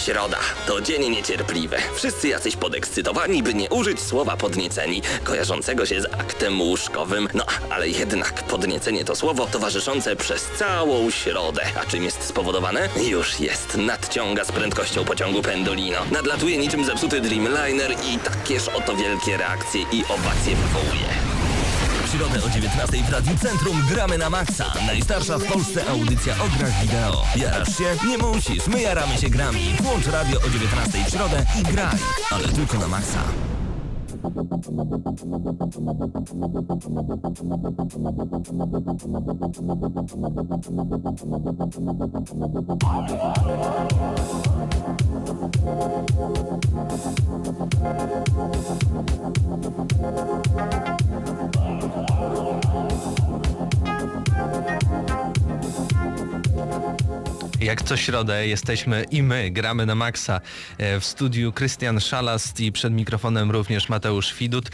Środa to dzień niecierpliwy. Wszyscy jacyś podekscytowani, by nie użyć słowa podnieceni, kojarzącego się z aktem łóżkowym. No, ale jednak podniecenie to słowo towarzyszące przez całą środę. A czym jest spowodowane? Już jest. Nadciąga z prędkością pociągu Pendolino. Nadlatuje niczym zepsuty Dreamliner i takież oto wielkie reakcje i owacje wywołuje. W środę o 19:00 w Radiu Centrum gramy na maksa. Najstarsza w Polsce audycja o grach wideo. Jarasz się? Nie musisz. My jaramy się grami. Włącz radio o 19:00 w środę i graj. Ale tylko na maksa. Jak co środę jesteśmy i my gramy na maksa. W studiu Krystian Szalast i przed mikrofonem również Mateusz Widut.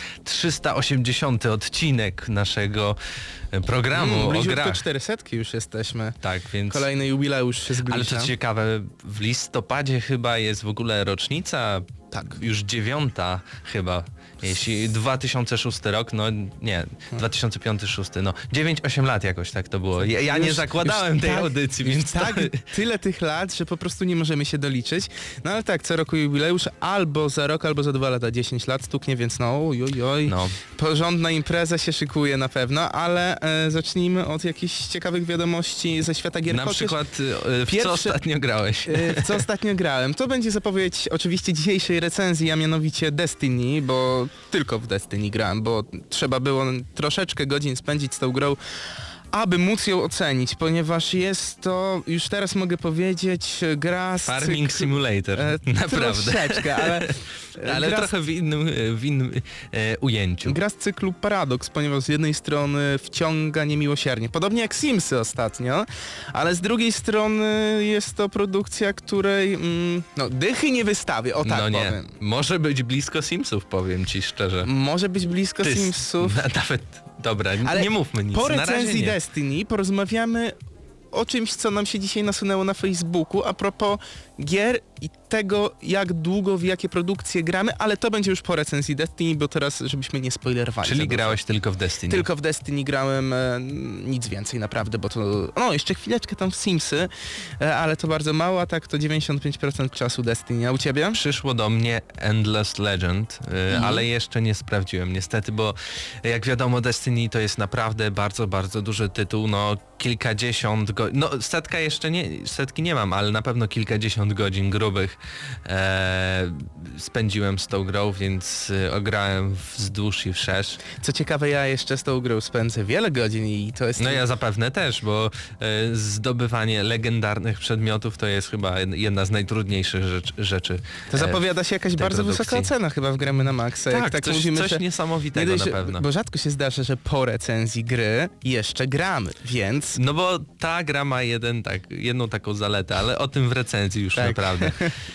380. odcinek naszego programu o grach. 400 już jesteśmy. Tak, więc... Kolejny jubileusz się zbliża. Ale to ciekawe, w listopadzie chyba jest w ogóle rocznica. Tak. Już 9. chyba. Jeśli 2006 rok, no nie, 2005-2006, no 9-8 lat jakoś tak to było. Ja nie zakładałem tej audycji, więc tak, tyle tych lat, że po prostu nie możemy się doliczyć. No ale tak, co roku jubileusz, albo za rok, albo za 2 lata, 10 lat stuknie, więc no ojojoj. No. Porządna impreza się szykuje na pewno, ale zacznijmy od jakichś ciekawych wiadomości ze świata gier. Na przykład w co ostatnio grałeś? W co ostatnio grałem? To będzie zapowiedź oczywiście dzisiejszej recenzji, a mianowicie Destiny, bo tylko w Destiny grałem, bo trzeba było troszeczkę godzin spędzić z tą grą, aby móc ją ocenić, ponieważ jest to, już teraz mogę powiedzieć, gra z Farming Simulator, naprawdę. Troszeczkę, ale trochę w innym ujęciu. Gra z cyklu Paradox, ponieważ z jednej strony wciąga niemiłosiernie, podobnie jak Simsy ostatnio, ale z drugiej strony jest to produkcja, której dychy nie wystawię, o tak powiem. Może być blisko Simsów, powiem ci szczerze. Może być blisko Simsów. Nawet, dobra, ale nie mówmy nic. Po recenzji Destiny porozmawiamy o czymś, co nam się dzisiaj nasunęło na Facebooku a propos gier i tego, jak długo, w jakie produkcje gramy, ale to będzie już po recenzji Destiny, bo teraz, żebyśmy nie spoilerowali. Czyli grałeś tylko w Destiny? Tylko w Destiny grałem, nic więcej naprawdę, bo to, jeszcze chwileczkę tam w Simsy, ale to bardzo mało, a tak to 95% czasu Destiny. A u ciebie? Przyszło do mnie Endless Legend, ale jeszcze nie sprawdziłem niestety, bo jak wiadomo Destiny to jest naprawdę bardzo, bardzo duży tytuł, kilkadziesiąt godzin, setki nie mam, ale na pewno kilkadziesiąt godzin grubych spędziłem z tą grą, więc ograłem wzdłuż i wszerz. Co ciekawe, ja jeszcze z tą grą spędzę wiele godzin i to jest... No ja zapewne też, bo zdobywanie legendarnych przedmiotów to jest chyba jedna z najtrudniejszych rzeczy. To zapowiada się jakaś bardzo wysoka ocena chyba w Gramy na Maksa. Tak, coś niesamowitego na pewno. Bo rzadko się zdarza, że po recenzji gry jeszcze gramy, więc... No bo ta gra ma jedną taką zaletę, ale o tym w recenzji już naprawdę.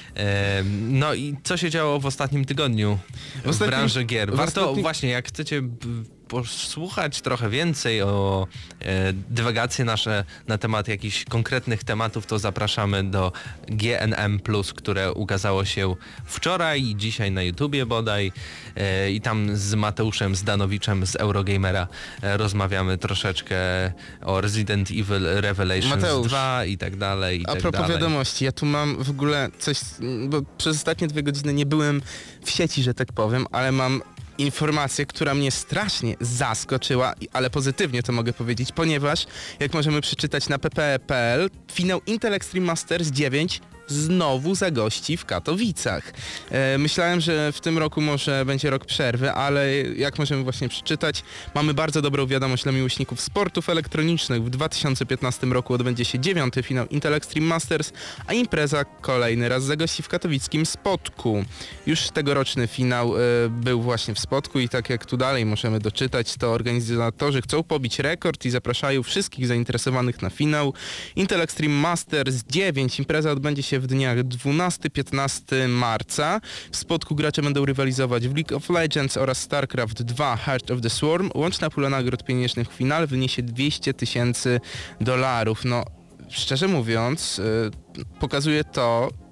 No i co się działo w ostatnim tygodniu w branży gier? Warto właśnie, jak chcecie posłuchać trochę więcej o dywagacje nasze na temat jakichś konkretnych tematów, to zapraszamy do GNM+, które ukazało się wczoraj i dzisiaj na YouTubie bodaj i tam z Mateuszem Zdanowiczem z Eurogamera rozmawiamy troszeczkę o Resident Evil Revelations 2 i tak dalej. A propos wiadomości, ja tu mam w ogóle coś, bo przez ostatnie 2 godziny nie byłem w sieci, że tak powiem, ale mam informację, która mnie strasznie zaskoczyła, ale pozytywnie to mogę powiedzieć, ponieważ, jak możemy przeczytać na ppe.pl, finał Intel Extreme Masters 9 znowu zagości w Katowicach. Myślałem, że w tym roku może będzie rok przerwy, ale jak możemy właśnie przeczytać, mamy bardzo dobrą wiadomość dla miłośników sportów elektronicznych. W 2015 roku odbędzie się 9. finał Intel Extreme Masters, a impreza kolejny raz zagości w katowickim Spodku. Już tegoroczny finał był właśnie w Spodku i tak jak tu dalej możemy doczytać, to organizatorzy chcą pobić rekord i zapraszają wszystkich zainteresowanych na finał. Intel Extreme Masters 9. Impreza odbędzie się w dniach 12-15 marca. W Spodku gracze będą rywalizować w League of Legends oraz StarCraft 2 Heart of the Swarm. Łączna pula nagród pieniężnych w finale wyniesie $200,000. No, szczerze mówiąc, pokazuje to,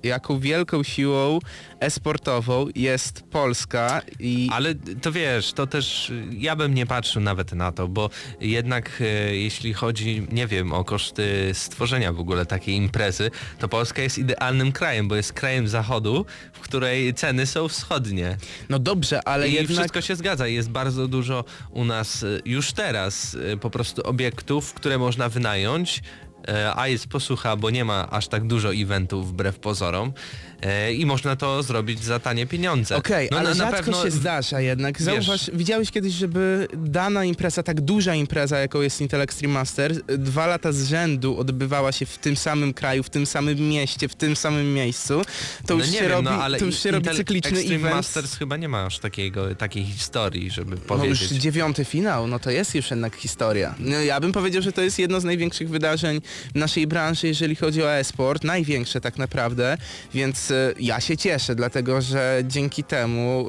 jaką wielką siłą e-sportową jest Polska i... Ale to wiesz, to też ja bym nie patrzył nawet na to, bo jednak jeśli chodzi, nie wiem, o koszty stworzenia w ogóle takiej imprezy, to Polska jest idealnym krajem, bo jest krajem zachodu, w której ceny są wschodnie. No dobrze, ale I jednak... wszystko się zgadza. Jest bardzo dużo u nas już teraz po prostu obiektów, które można wynająć, a jest posłucha, bo nie ma aż tak dużo eventów wbrew pozorom i można to zrobić za tanie pieniądze. Okej, No, ale na rzadko pewno się zdarza jednak. wiesz- Zauważ, widziałeś kiedyś, żeby dana impreza, tak duża impreza, jaką jest Intel Extreme Masters, 2 lata z rzędu odbywała się w tym samym kraju, w tym samym mieście, w tym samym miejscu, to już nie się wiem, robi, ale to już się robi Intel cykliczny Extreme event. Masters chyba nie ma aż takiej historii, żeby No już powiedzieć. 9. finał, no to jest już jednak historia. No, ja bym powiedział, że to jest jedno z największych wydarzeń w naszej branży, jeżeli chodzi o e-sport, największe tak naprawdę, więc ja się cieszę, dlatego że dzięki temu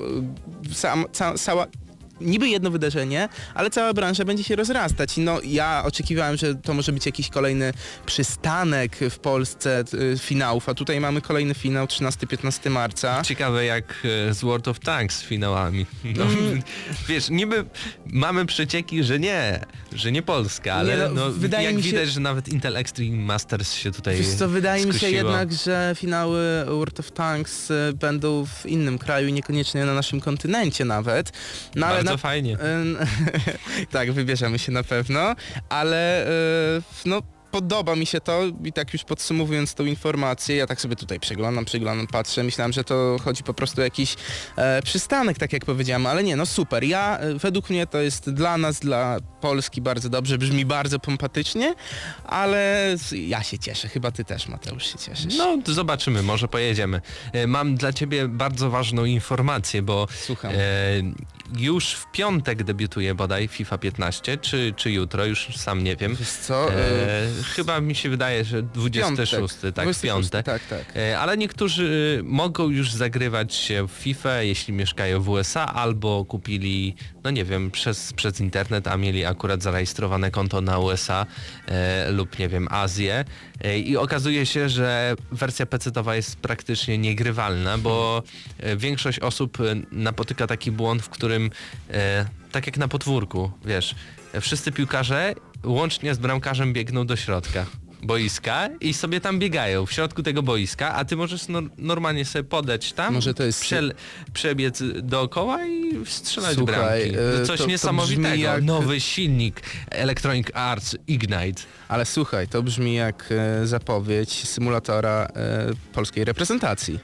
cała niby jedno wydarzenie, ale cała branża będzie się rozrastać. I no ja oczekiwałem, że to może być jakiś kolejny przystanek w Polsce finałów, a tutaj mamy kolejny finał 13-15 marca. Ciekawe jak z World of Tanks z finałami. No, wiesz, niby mamy przecieki, że nie Polska, ale Nie, no, wydaje jak mi się- widać, że nawet Intel Extreme Masters się tutaj Wiesz co, wydaje mi się skusiło. jednak, że finały World of Tanks będą w innym kraju, niekoniecznie na naszym kontynencie nawet. No, ale Bardzo fajnie. tak, wybierzemy się na pewno, ale no podoba mi się to i tak już podsumowując tą informację, ja tak sobie tutaj przeglądam, patrzę, myślałem, że to chodzi po prostu o jakiś przystanek, tak jak powiedziałem, ale nie, no super. Według mnie to jest dla nas, dla Polski bardzo dobrze, brzmi bardzo pompatycznie, ale ja się cieszę, chyba ty też, Mateusz, się cieszysz. No, to zobaczymy, może pojedziemy. Mam dla ciebie bardzo ważną informację, bo Słucham. już w piątek debiutuje bodaj FIFA 15, czy jutro, już sam nie wiem. Wiesz co? Chyba mi się wydaje, że 26, tak, 26, piątek. tak. Ale niektórzy mogą już zagrywać się w FIFA, jeśli mieszkają w USA, albo kupili, no nie wiem, przez internet, a mieli akurat zarejestrowane konto na USA lub nie wiem, Azję. I okazuje się, że wersja PC-towa jest praktycznie niegrywalna, bo większość osób napotyka taki błąd, w którym tak jak na podwórku, wiesz, wszyscy piłkarze łącznie z bramkarzem biegną do środka boiska i sobie tam biegają w środku tego boiska, a ty możesz normalnie sobie podać tam, Może to jest... przebiec dookoła i strzelać Słuchaj, bramki. Coś to niesamowitego. brzmi jak- Nowy silnik Electronic Arts Ignite. Ale słuchaj, to brzmi jak zapowiedź symulatora polskiej reprezentacji.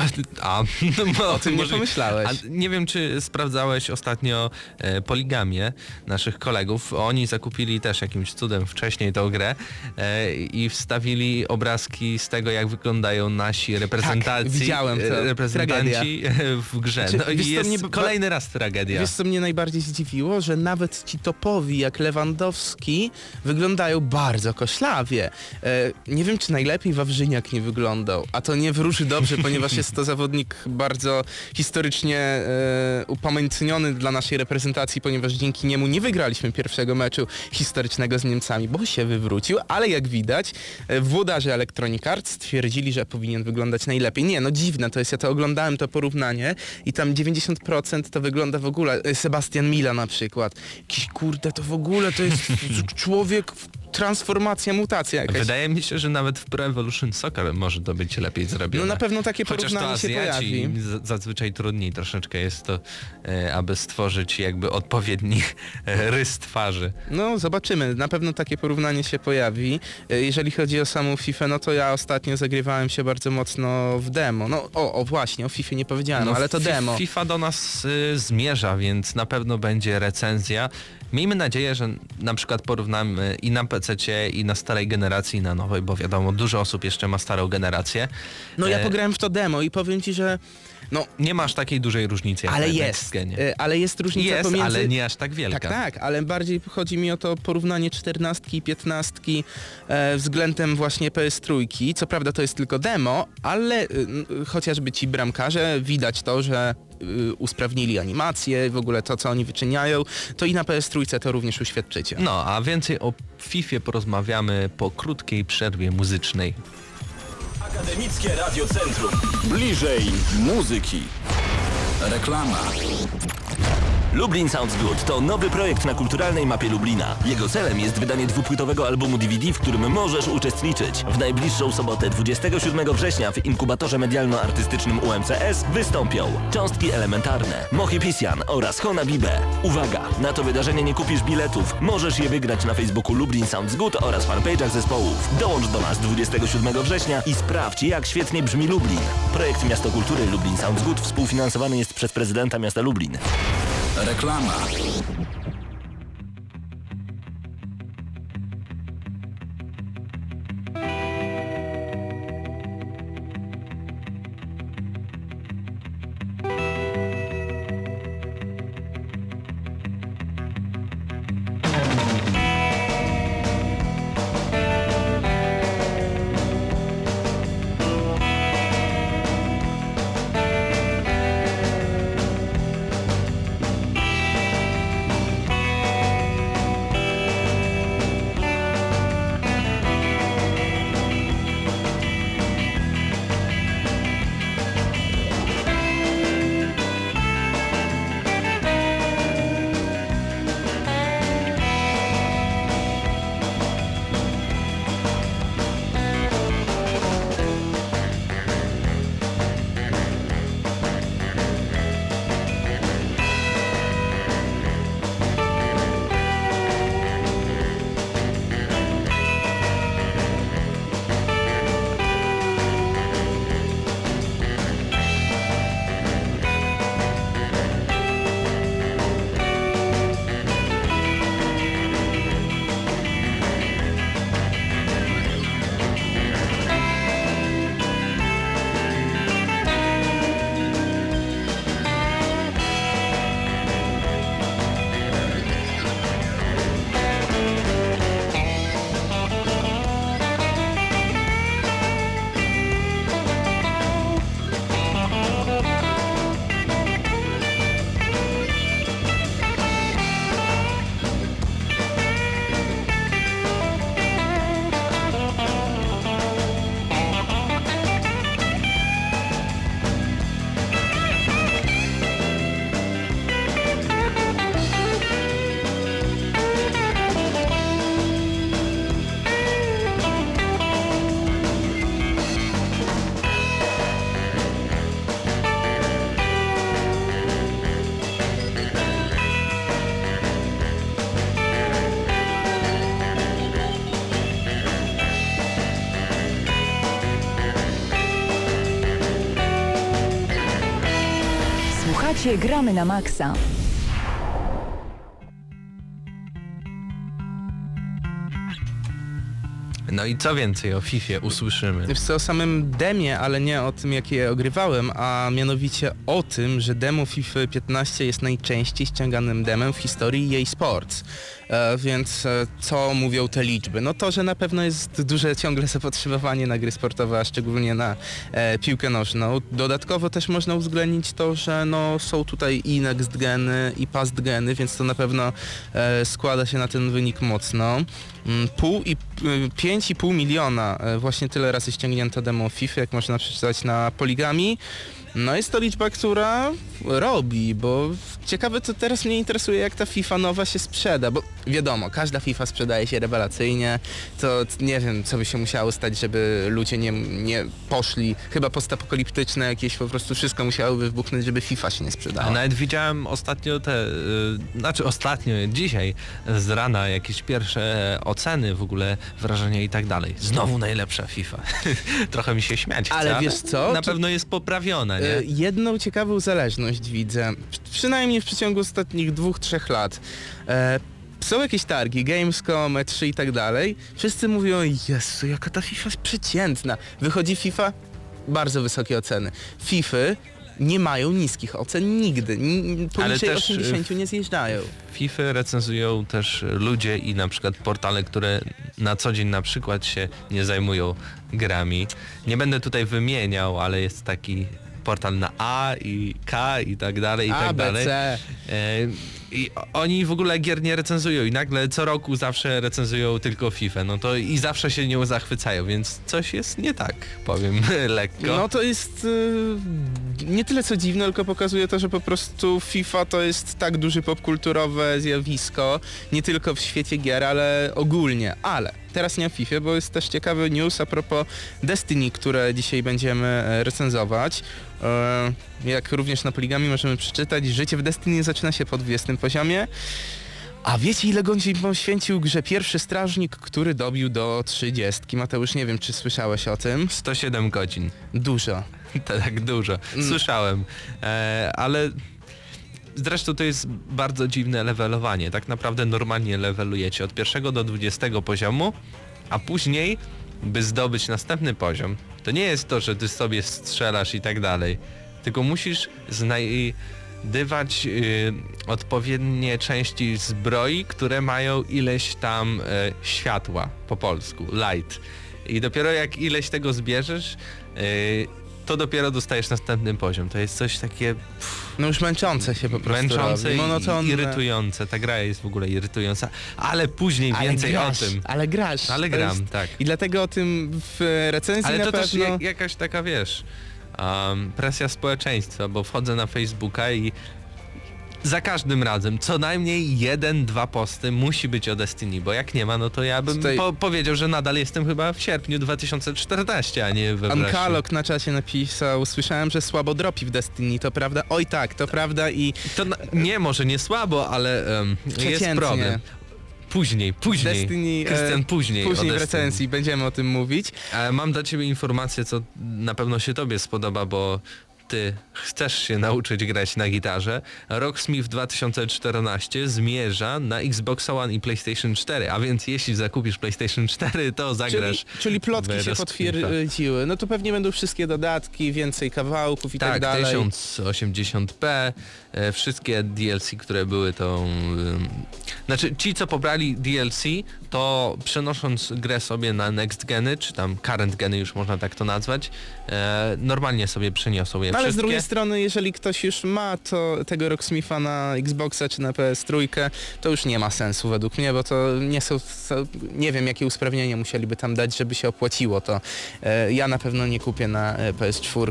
O tym nie pomyślałeś. A nie wiem, czy sprawdzałeś ostatnio Poligamię naszych kolegów. Oni zakupili też jakimś cudem wcześniej tą grę i wstawili obrazki z tego, jak wyglądają nasi widziałem to. reprezentanci w grze. Znaczy, No wiesz i co, jest kolejny raz tragedia. Wiesz co mnie najbardziej zdziwiło? Że nawet ci topowi jak Lewandowski wyglądają bardzo koślawie. Nie wiem, czy najlepiej Wawrzyniak nie wyglądał, a to nie wróży dobrze, ponieważ jest to zawodnik bardzo historycznie upamiętniony dla naszej reprezentacji, ponieważ dzięki niemu nie wygraliśmy pierwszego meczu historycznego z Niemcami, bo się wywrócił, ale jak widać włodarze Electronic Arts stwierdzili, że powinien wyglądać najlepiej. Nie, no dziwne to jest, ja to oglądałem, to porównanie i tam 90% to wygląda w ogóle, Sebastian Mila na przykład, jakiś kurde, to w ogóle to jest człowiek, transformacja, mutacja jakaś. Wydaje mi się, że nawet w Pro Evolution Soccer może to być lepiej zrobione. No na pewno takie Chociaż to porównanie się Azjaci pojawi. zazwyczaj trudniej troszeczkę jest to, aby stworzyć jakby odpowiedni rys twarzy. No zobaczymy, na pewno takie porównanie się pojawi. Jeżeli chodzi o samą FIFA, no to ja ostatnio zagrywałem się bardzo mocno w demo. No właśnie, o FIFA nie powiedziałem, ale to demo. FIFA do nas zmierza, więc na pewno będzie recenzja. Miejmy nadzieję, że na przykład porównamy i na PC-cie, i na starej generacji, i na nowej, bo wiadomo, dużo osób jeszcze ma starą generację. No ja pograłem w to demo i powiem ci, że no... Nie masz takiej dużej różnicy jak Ale na jest, Next Genie. ale jest różnica Jest, pomiędzy... ale nie aż tak wielka. Tak, ale bardziej chodzi mi o to porównanie 14 i 15 względem właśnie PS3. Co prawda to jest tylko demo, ale chociażby ci bramkarze, widać to, że usprawnili animację, w ogóle to, co oni wyczyniają, to i na PS3 to również uświadczycie. No, a więcej o FIFA porozmawiamy po krótkiej przerwie muzycznej. Akademickie Radio Centrum. Bliżej muzyki. Reklama. Lublin Sounds Good to nowy projekt na kulturalnej mapie Lublina. Jego celem jest wydanie dwupłytowego albumu DVD, w którym możesz uczestniczyć. W najbliższą sobotę 27 września w inkubatorze medialno-artystycznym UMCS wystąpią Cząstki Elementarne, Mochi Pisjan oraz Hona Bibe. Uwaga! Na to wydarzenie nie kupisz biletów. Możesz je wygrać na Facebooku Lublin Sounds Good oraz fanpage'ach zespołów. Dołącz do nas 27 września i sprawdź, jak świetnie brzmi Lublin. Projekt Miasto Kultury Lublin Sounds Good współfinansowany jest przez prezydenta miasta Lublin. Reklama. Gramy na maksa. No i co więcej o Fifie usłyszymy? Wiesz co, o samym demie, ale nie o tym, jak je ogrywałem, a mianowicie o tym, że demo FIFA 15 jest najczęściej ściąganym demem w historii EA Sports. Więc co mówią te liczby? No to, że na pewno jest duże ciągle zapotrzebowanie na gry sportowe, a szczególnie na piłkę nożną. Dodatkowo też można uwzględnić to, że no, są tutaj i next geny, i past geny, więc to na pewno składa się na ten wynik mocno. 5,5 miliona właśnie tyle razy ściągnięto demo FIFA, jak można przeczytać na Poligami. No jest to liczba, która robi, bo ciekawe, co teraz mnie interesuje, jak ta FIFA nowa się sprzeda, bo wiadomo, każda FIFA sprzedaje się rewelacyjnie, to nie wiem, co by się musiało stać, żeby ludzie nie poszli, chyba postapokaliptyczne jakieś, po prostu wszystko musiałoby wybuchnąć, żeby FIFA się nie sprzedała. A nawet widziałem ostatnio dzisiaj z rana jakieś pierwsze oceny, w ogóle wrażenia i tak dalej. Znowu najlepsza FIFA. Trochę mi się śmiać chce, ale wiesz co? Na pewno jest poprawiona, nie? Jedną ciekawą zależność widzę, przynajmniej w przeciągu ostatnich 2-3 lat. Są jakieś targi, Gamescom, E3 i tak dalej. Wszyscy mówią, Jezu, jaka ta FIFA jest przeciętna. Wychodzi FIFA, bardzo wysokie oceny. Fify nie mają niskich ocen nigdy. Poniżej 80 nie zjeżdżają. FIFA recenzują też ludzie i na przykład portale, które na co dzień na przykład się nie zajmują grami. Nie będę tutaj wymieniał, ale jest taki portal na A i K i tak dalej, i tak dalej. I oni w ogóle gier nie recenzują i nagle co roku zawsze recenzują tylko FIFA, no to i zawsze się nią zachwycają, więc coś jest nie tak, powiem lekko. No to jest nie tyle co dziwne, tylko pokazuje to, że po prostu FIFA to jest tak duże popkulturowe zjawisko, nie tylko w świecie gier, ale ogólnie. Ale teraz nie o FIFA, bo jest też ciekawy news a propos Destiny, które dzisiaj będziemy recenzować. Jak również na Poligami możemy przeczytać, życie w Destiny zaczyna się po 20 poziomie. A wiecie, ile godzin poświęcił grze pierwszy strażnik, który dobił do 30? Mateusz, nie wiem, czy słyszałeś o tym? 107 godzin. Dużo. Tak dużo. Słyszałem. Ale zresztą to jest bardzo dziwne levelowanie. Tak naprawdę normalnie levelujecie od 1 do 20 poziomu, a później, by zdobyć następny poziom, to nie jest to, że ty sobie strzelasz i tak dalej, tylko musisz znajdywać odpowiednie części zbroi, które mają ileś tam światła, po polsku, light. I dopiero jak ileś tego zbierzesz, to dopiero dostajesz następny poziom. To jest coś takie... No już męczące się po prostu męczące robi. i irytujące. Ta gra jest w ogóle irytująca, ale później więcej grasz, o tym. Ale grasz. Ale To gram, jest... tak. I dlatego o tym w recenzji Ale na to pewno... też jakaś taka, wiesz, presja społeczeństwa, bo wchodzę na Facebooka i za każdym razem co najmniej 1-2 posty musi być o Destiny, bo jak nie ma, no to ja bym Tutaj- powiedział, że nadal jestem chyba w sierpniu 2014, a nie we wrześniu. Ankalog na czacie napisał, słyszałem, że słabo dropi w Destiny, to prawda? Oj tak, to prawda i... To nie, może nie słabo, ale jest Przeciętnie. problem. Później, Destiny, Krystian, później o Później w Destiny. recenzji będziemy o tym mówić. Mam dla ciebie informację, co na pewno się tobie spodoba, bo ty chcesz się nauczyć grać na gitarze. Rocksmith 2014 zmierza na Xbox One i PlayStation 4, a więc jeśli zakupisz PlayStation 4, to zagrasz. Czyli plotki w się Rocksmitha. potwierdziły. No to pewnie będą wszystkie dodatki, więcej kawałków i tak dalej. 1080p, wszystkie DLC, które były tą... Znaczy ci, co pobrali DLC, to przenosząc grę sobie na next geny, czy tam current geny już można tak to nazwać, normalnie sobie przeniosą je Ale wszystkie. z drugiej strony, jeżeli ktoś już ma tego Rocksmitha na Xboxa czy na PS3, to już nie ma sensu według mnie, bo to nie są, nie wiem jakie usprawnienia musieliby tam dać, żeby się opłaciło to. Ja na pewno nie kupię na PS4.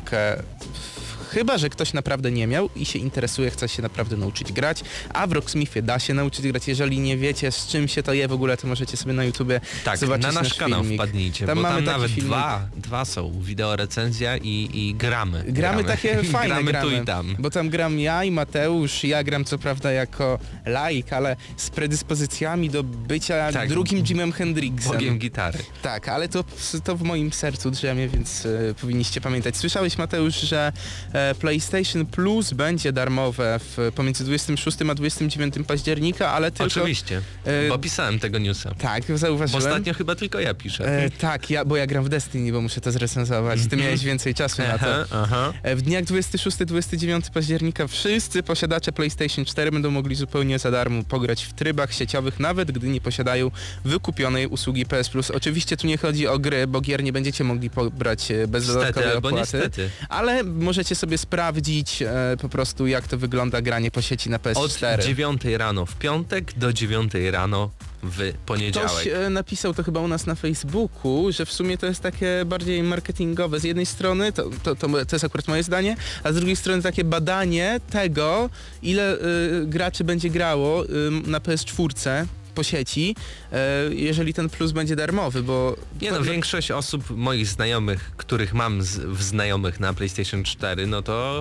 Chyba że ktoś naprawdę nie miał i się interesuje, chce się naprawdę nauczyć grać, a w Rocksmithie da się nauczyć grać. Jeżeli nie wiecie, z czym się to je w ogóle, to możecie sobie na YouTubie Tak, zobaczyć na nasz kanał filmik. wpadnijcie, Tam bo mamy tam taki nawet filmik. dwa są, wideo recenzja i gramy. Gramy takie fajne, gramy tu i tam. bo tam gram ja i Mateusz, ja gram co prawda jako laik, ale z predyspozycjami do bycia Tak, drugim Jimem Hendrixem. Bogiem gitary. Tak, ale to w moim sercu drzemie, więc powinniście pamiętać. Słyszałeś, Mateusz, że PlayStation Plus będzie darmowe pomiędzy 26 a 29 października, ale tylko... Oczywiście, bo pisałem tego newsa. Tak, Bo zauważyłem. ostatnio chyba tylko ja piszę. Tak, bo ja gram w Destiny, bo muszę to zrecenzować. Ty miałeś więcej czasu na to. Aha. W dniach 26-29 października wszyscy posiadacze PlayStation 4 będą mogli zupełnie za darmo pograć w trybach sieciowych, nawet gdy nie posiadają wykupionej usługi PS Plus. Oczywiście tu nie chodzi o gry, bo gier nie będziecie mogli pobrać bez dodatkowej albo opłaty. niestety. Ale możecie sobie sprawdzić po prostu jak to wygląda granie po sieci na PS4. Od 9 rano w piątek do 9 rano w poniedziałek. Ktoś napisał to chyba u nas na Facebooku, że w sumie to jest takie bardziej marketingowe. Z jednej strony, to jest akurat moje zdanie, a z drugiej strony takie badanie tego, ile graczy będzie grało na PS4 po sieci, jeżeli ten plus będzie darmowy, bo... Nie no, większość osób, moich znajomych, których mam w znajomych na PlayStation 4, no to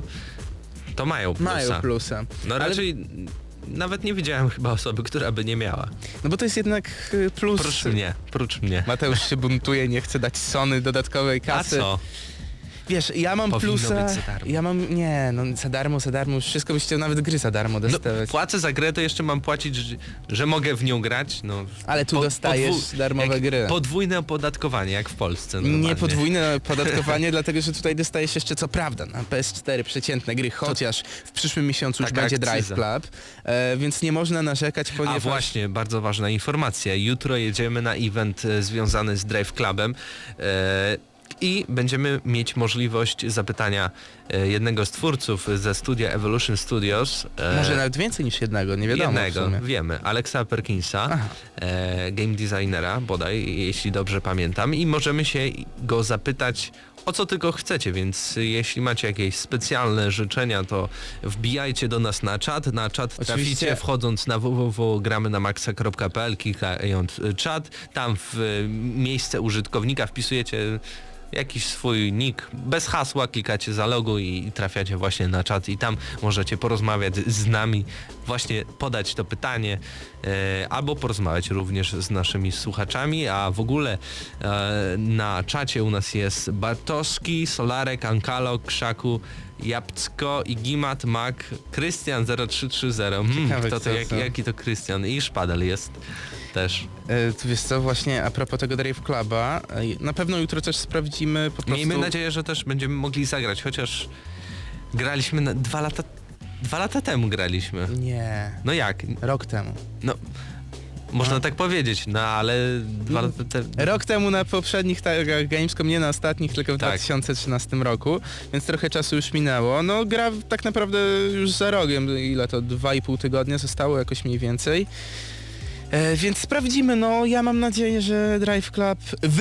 mają plusa. Mają plusa. No Ale- raczej nawet nie widziałem chyba osoby, która by nie miała. No bo to jest jednak plus... Prócz mnie. Mateusz się buntuje, nie chce dać Sony dodatkowej A kasy. co? Wiesz, ja mam Powinno plusa... być za darmo. Ja mam... Nie, no za darmo, już wszystko byś chciał, nawet gry za darmo No, dostawać. płacę za grę, to jeszcze mam płacić, że mogę w nią grać. No, Ale tu dostajesz darmowe jak gry. Podwójne opodatkowanie, jak w Polsce normalnie. Nie podwójne opodatkowanie, dlatego że tutaj dostajesz jeszcze co prawda na PS4 przeciętne gry, chociaż w przyszłym miesiącu już Taka będzie Drive akcyza. Club, więc nie można narzekać, A ponieważ... właśnie, bardzo ważna informacja. Jutro jedziemy na event związany z Drive Clubem. I będziemy mieć możliwość zapytania jednego z twórców ze studia Evolution Studios. Może nawet więcej niż jednego, nie wiadomo. Jednego, wiemy. Alexa Perkinsa, game designera bodaj, jeśli dobrze pamiętam. I możemy się go zapytać o co tylko chcecie, więc jeśli macie jakieś specjalne życzenia, to wbijajcie do nas na czat. Na czat traficie wchodząc na www.gramenamaxa.pl, klikając czat. Tam w miejsce użytkownika wpisujecie jakiś swój nick, bez hasła klikacie za logo i trafiacie właśnie na czat i tam możecie porozmawiać z nami, właśnie podać to pytanie albo porozmawiać również z naszymi słuchaczami, a w ogóle na czacie u nas jest Bartoszki, Solarek, Ankalo, Krzaku, Jabcko, Igimat, Mac, Krystian 0330. Jaki to Krystian? I Szpadel jest też. Wiesz co, właśnie a propos tego Drive Cluba, na pewno jutro też sprawdzimy po prostu... Miejmy nadzieję, że też będziemy mogli zagrać, chociaż graliśmy 2 lata temu graliśmy. Nie. No jak? Rok temu. No, można tak powiedzieć, no ale 2 lata temu... Rok temu na poprzednich targach Gamescom, nie na ostatnich, tylko w 2013 roku, więc trochę czasu już minęło. No gra tak naprawdę już za rogiem, ile to 2,5 tygodnia zostało jakoś mniej więcej. Więc sprawdzimy, no ja mam nadzieję, że Drive Club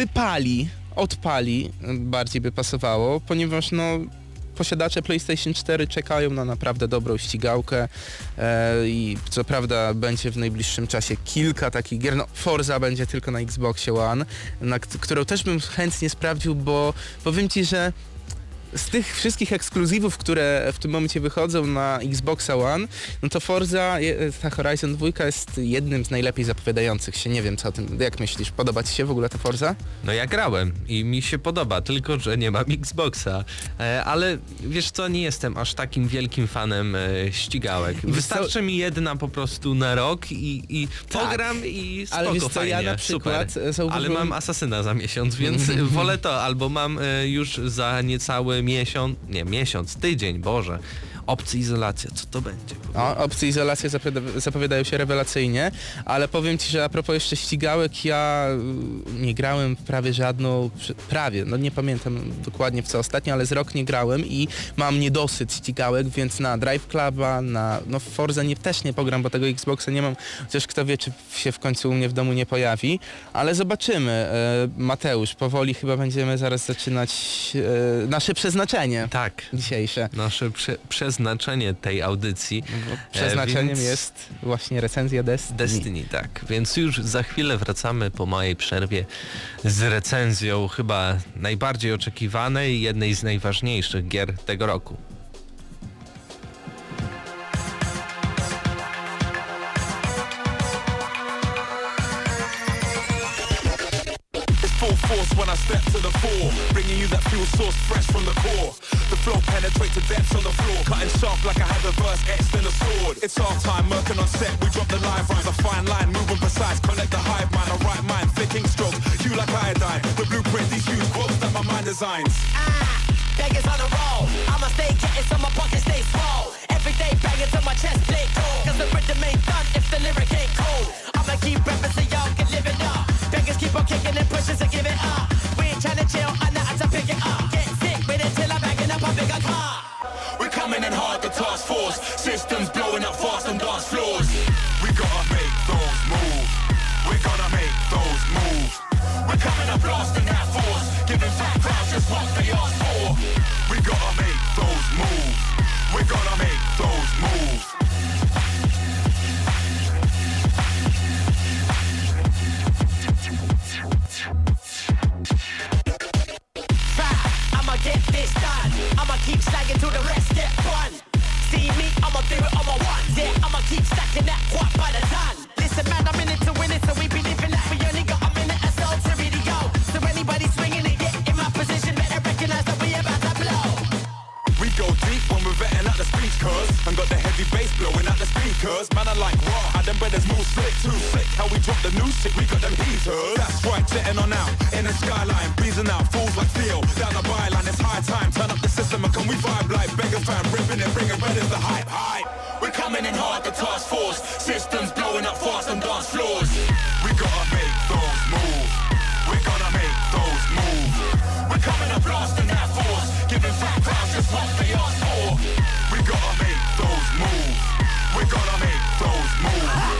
odpali, bardziej by pasowało, ponieważ no posiadacze PlayStation 4 czekają na naprawdę dobrą ścigałkę i co prawda będzie w najbliższym czasie kilka takich gier, no Forza będzie tylko na Xboxie One, którą też bym chętnie sprawdził, bo powiem Ci, że z tych wszystkich ekskluzywów, które w tym momencie wychodzą na Xboxa One, no to Forza, ta Horizon 2 jest jednym z najlepiej zapowiadających się. Nie wiem co o tym, jak myślisz, podoba Ci się w ogóle ta Forza? No ja grałem i mi się podoba, tylko że nie mam Xboxa. Ale wiesz co, nie jestem aż takim wielkim fanem ścigałek. Wystarczy mi jedna po prostu na rok i pogram i spoko, ale wiesz co, fajnie, ja na przykład super. Ale mam Asasyna za miesiąc, więc wolę to, albo mam już za niecały tydzień, Boże. Opcje izolacja, co to będzie? Opcje izolacja zapowiadają się rewelacyjnie, ale powiem Ci, że a propos jeszcze ścigałek, ja nie grałem prawie żadną, no nie pamiętam dokładnie w co ostatnio, ale z rok nie grałem i mam niedosyt ścigałek, więc na Drive Cluba, no Forza też nie pogram, bo tego Xboxa nie mam, chociaż kto wie, czy się w końcu u mnie w domu nie pojawi, ale zobaczymy. Mateusz, powoli chyba będziemy zaraz zaczynać nasze przeznaczenie dzisiejsze. Nasze przeznaczenie tej audycji. Przeznaczeniem jest właśnie recenzja Destiny, tak. Więc już za chwilę wracamy po małej przerwie z recenzją chyba najbardziej oczekiwanej, jednej z najważniejszych gier tego roku. When I step to the fore, bringing you that fuel source fresh from the core. The flow penetrates the depths on the floor, cutting sharp like I had the verse etched in a sword. It's our time, working on set, we drop the live rhymes. A fine line, moving precise, connect the hive mind, a right mind, flicking strokes, hue like iodine. The blueprint, these huge quotes that my mind designs. Beggars on a roll, I'ma stay getting so my pockets stay small. Every day banging till my chest plate cold, cause the rhythm ain't done if the lyric ain't cold. I'ma keep rapping so y'all can live it up. Beggars keep on kicking and pushing, so give it up. We ain't trying to chill, I know how to pick it up. Get sick with it till I'm banging up a bigger car. We're coming in hard, the task force. Systems blowing up fast on dance floors. We gotta make those move. We're gonna make those move. We're coming up blasting that force, giving fat crowds just what they ask for. We gotta make those move. We're gonna make those move. I'ma get this done. I'ma keep slagging till the rest get one. See me, I'ma do it on my one. Yeah, I'ma keep stacking that quad by the ton. Listen man, I'm in it to win it, so we be living like we only got a minute or so to really go. So anybody swinging it, get in my position, better recognize that we about to blow. We go deep when we're vetting out the speakers, and got the heavy bass blowing out the speakers. Man, I like raw, how them brothers move slick, too slick. How we drop the new shit, we got them heaters. That's right, jetting on out in the skyline, breezing out fools like Theo down the byline. It's high time, turn up the system, and can we vibe like beggar fan, ripping it, bringing brothers the hype. We're coming in hard, the task force. Systems blowing up fast on dance floors. We gotta make those move. We're gonna make those move. We're coming stay on tour. We gotta make those moves. We gotta make those moves.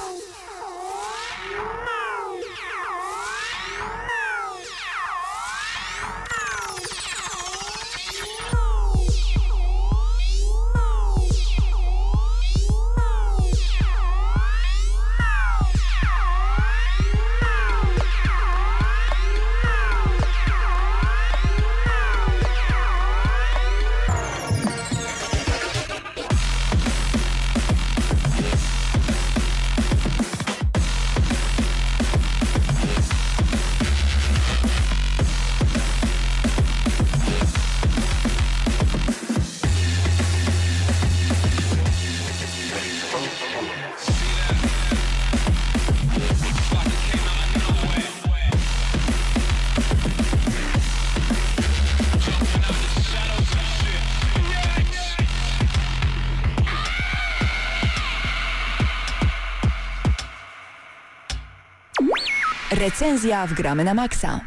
Recenzja w Gramy na Maxa.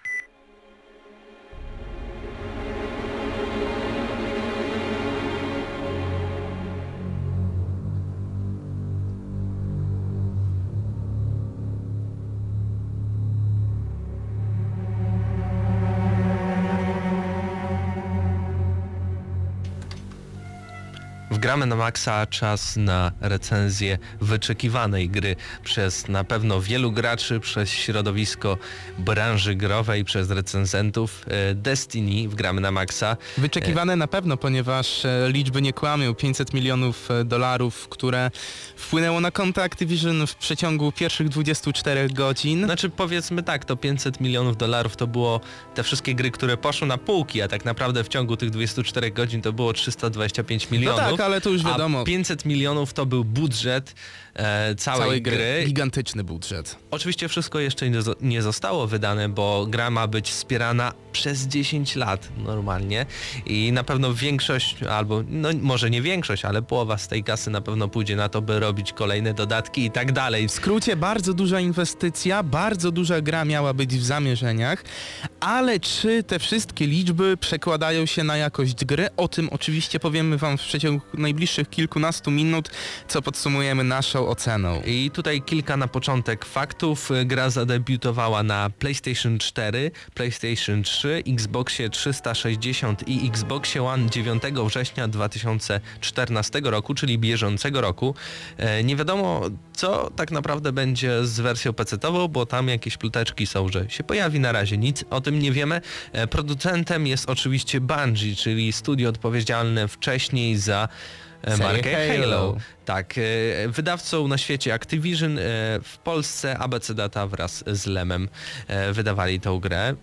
Gramy na Maxa, czas na recenzję wyczekiwanej gry przez na pewno wielu graczy, przez środowisko branży growej, przez recenzentów. Destiny w Gramy na Maxa. Wyczekiwane na pewno, ponieważ liczby nie kłamią. $500 milionów, które wpłynęło na konto Activision w przeciągu pierwszych 24 godzin. Znaczy powiedzmy tak, to $500 milionów to było te wszystkie gry, które poszły na półki, a tak naprawdę w ciągu tych 24 godzin to było 325 milionów. No tak, ale to już wiadomo. A 500 milionów to był budżet całej gry. Gigantyczny budżet. Oczywiście wszystko jeszcze nie zostało wydane, bo gra ma być wspierana przez 10 lat normalnie i na pewno większość, albo no może nie większość, ale połowa z tej kasy na pewno pójdzie na to, by robić kolejne dodatki i tak dalej. W skrócie bardzo duża inwestycja, bardzo duża gra miała być w zamierzeniach, ale czy te wszystkie liczby przekładają się na jakość gry? O tym oczywiście powiemy wam w przeciągu najbliższych kilkunastu minut, co podsumujemy naszą oceną. I tutaj kilka na początek faktów. Gra zadebiutowała na PlayStation 4, PlayStation 3, Xboxie 360 i Xboxie One 9 września 2014 roku, czyli bieżącego roku. Nie wiadomo, co tak naprawdę będzie z wersją PC-tową, bo tam jakieś ploteczki są, że się pojawi. Na razie nic o tym nie wiemy. Producentem jest oczywiście Bungie, czyli studio odpowiedzialne wcześniej za markę Halo. Tak, wydawcą na świecie Activision, w Polsce ABC Data wraz z Lemem wydawali tą grę.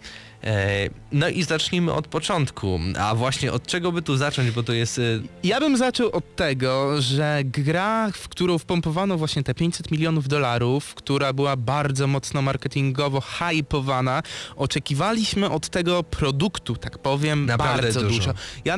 No i zacznijmy od początku. A właśnie od czego by tu zacząć, bo to jest... Ja bym zaczął od tego, że gra, w którą wpompowano właśnie te $500 milionów, która była bardzo mocno marketingowo hypowana, oczekiwaliśmy od tego produktu, tak powiem, naprawdę bardzo dużo.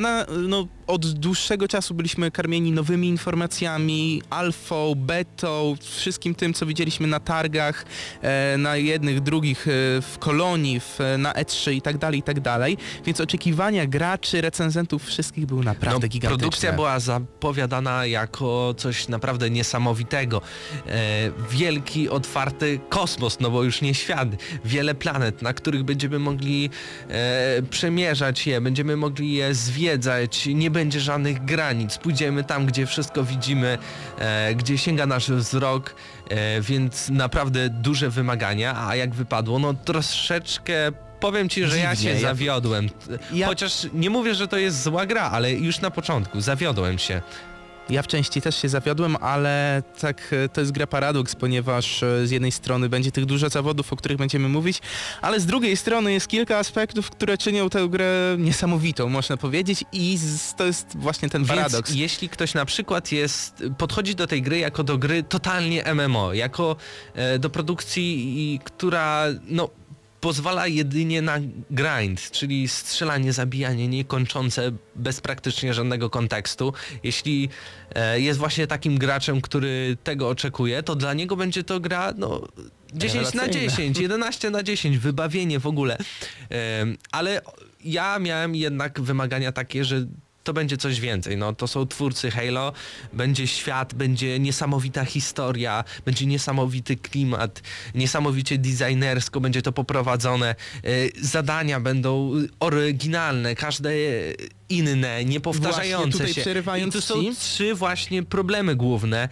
Od dłuższego czasu byliśmy karmieni nowymi informacjami, alfą, betą, wszystkim tym, co widzieliśmy na targach, na jednych, drugich, w Kolonii, na E3 i tak dalej, więc oczekiwania graczy, recenzentów wszystkich były naprawdę gigantyczne. Produkcja była zapowiadana jako coś naprawdę niesamowitego. Wielki, otwarty kosmos, no bo już nie świat. Wiele planet, na których będziemy mogli przemierzać je, będziemy mogli je zwiedzać, nie będzie żadnych granic. Pójdziemy tam, gdzie wszystko widzimy, gdzie sięga nasz wzrok, więc naprawdę duże wymagania, a jak wypadło, no troszeczkę powiem ci, że ja się zawiodłem. Chociaż nie mówię, że to jest zła gra, ale już na początku zawiodłem się. Ja w części też się zawiodłem, ale tak to jest gra paradoks, ponieważ z jednej strony będzie tych dużo zawodów, o których będziemy mówić, ale z drugiej strony jest kilka aspektów, które czynią tę grę niesamowitą, można powiedzieć, i to jest właśnie ten paradoks. Więc jeśli ktoś na przykład podchodzi do tej gry jako do gry totalnie MMO, jako do produkcji, która pozwala jedynie na grind, czyli strzelanie, zabijanie niekończące bez praktycznie żadnego kontekstu. Jeśli jest właśnie takim graczem, który tego oczekuje, to dla niego będzie to gra 10 na 10, 11 na 10, wybawienie w ogóle. Ale ja miałem jednak wymagania takie, że to będzie coś więcej. No, to są twórcy Halo, będzie świat, będzie niesamowita historia, będzie niesamowity klimat, niesamowicie designersko będzie to poprowadzone. Zadania będą oryginalne, każde inne, niepowtarzające właśnie, się. przerywając I tu są ci, 3 właśnie problemy główne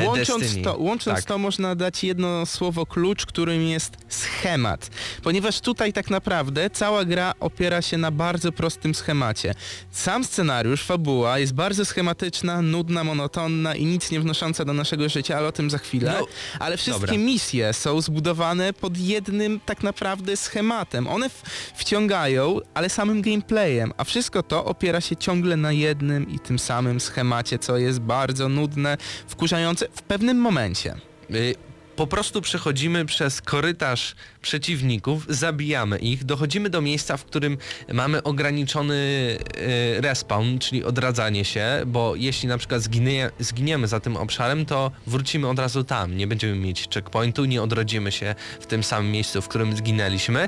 Łącząc to można dać jedno słowo klucz, którym jest schemat. Ponieważ tutaj tak naprawdę cała gra opiera się na bardzo prostym schemacie. Sam scenariusz, fabuła jest bardzo schematyczna, nudna, monotonna i nic nie wnosząca do naszego życia, ale o tym za chwilę. No, ale wszystkie dobra. misje są zbudowane pod jednym tak naprawdę schematem. One wciągają, ale samym gameplayem, a wszystko to opiera się ciągle na jednym i tym samym schemacie, co jest bardzo nudne, wkurzające w pewnym momencie. Po prostu przechodzimy przez korytarz przeciwników, zabijamy ich, dochodzimy do miejsca, w którym mamy ograniczony respawn, czyli odradzanie się, bo jeśli na przykład zginiemy za tym obszarem, to wrócimy od razu tam, nie będziemy mieć checkpointu, nie odrodzimy się w tym samym miejscu, w którym zginęliśmy.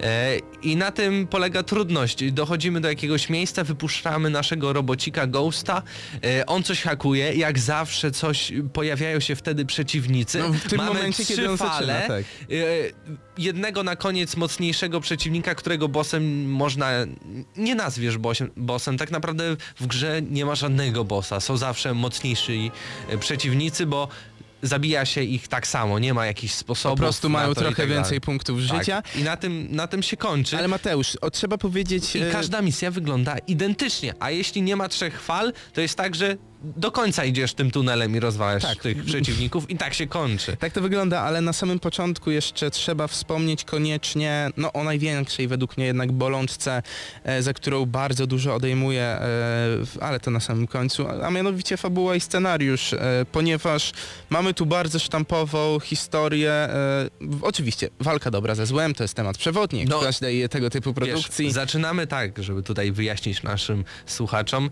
I na tym polega trudność. Dochodzimy do jakiegoś miejsca, wypuszczamy naszego robocika Ghosta, on coś hakuje, jak zawsze pojawiają się wtedy przeciwnicy. No, w tym mamy momencie, 3 kiedy on fale, zaczyna, tak. jednego na koniec mocniejszego przeciwnika, którego bossem nie nazwiesz bossem. Tak naprawdę w grze nie ma żadnego bossa. Są zawsze mocniejsi przeciwnicy, bo zabija się ich tak samo, nie ma jakichś sposobów. Po prostu mają trochę więcej punktów tak. życia. I na tym się kończy. Ale Mateusz, trzeba powiedzieć... I każda misja wygląda identycznie, a jeśli nie ma 3 fal, to jest tak, że do końca idziesz tym tunelem i rozwalasz tych przeciwników i tak się kończy. Tak to wygląda, ale na samym początku jeszcze trzeba wspomnieć koniecznie o największej według mnie jednak bolączce, za którą bardzo dużo odejmuje, ale to na samym końcu, a mianowicie fabuła i scenariusz, ponieważ mamy tu bardzo sztampową historię, oczywiście walka dobra ze złem, to jest temat przewodni w każdej tego typu produkcji. Wiesz, zaczynamy tak, żeby tutaj wyjaśnić naszym słuchaczom,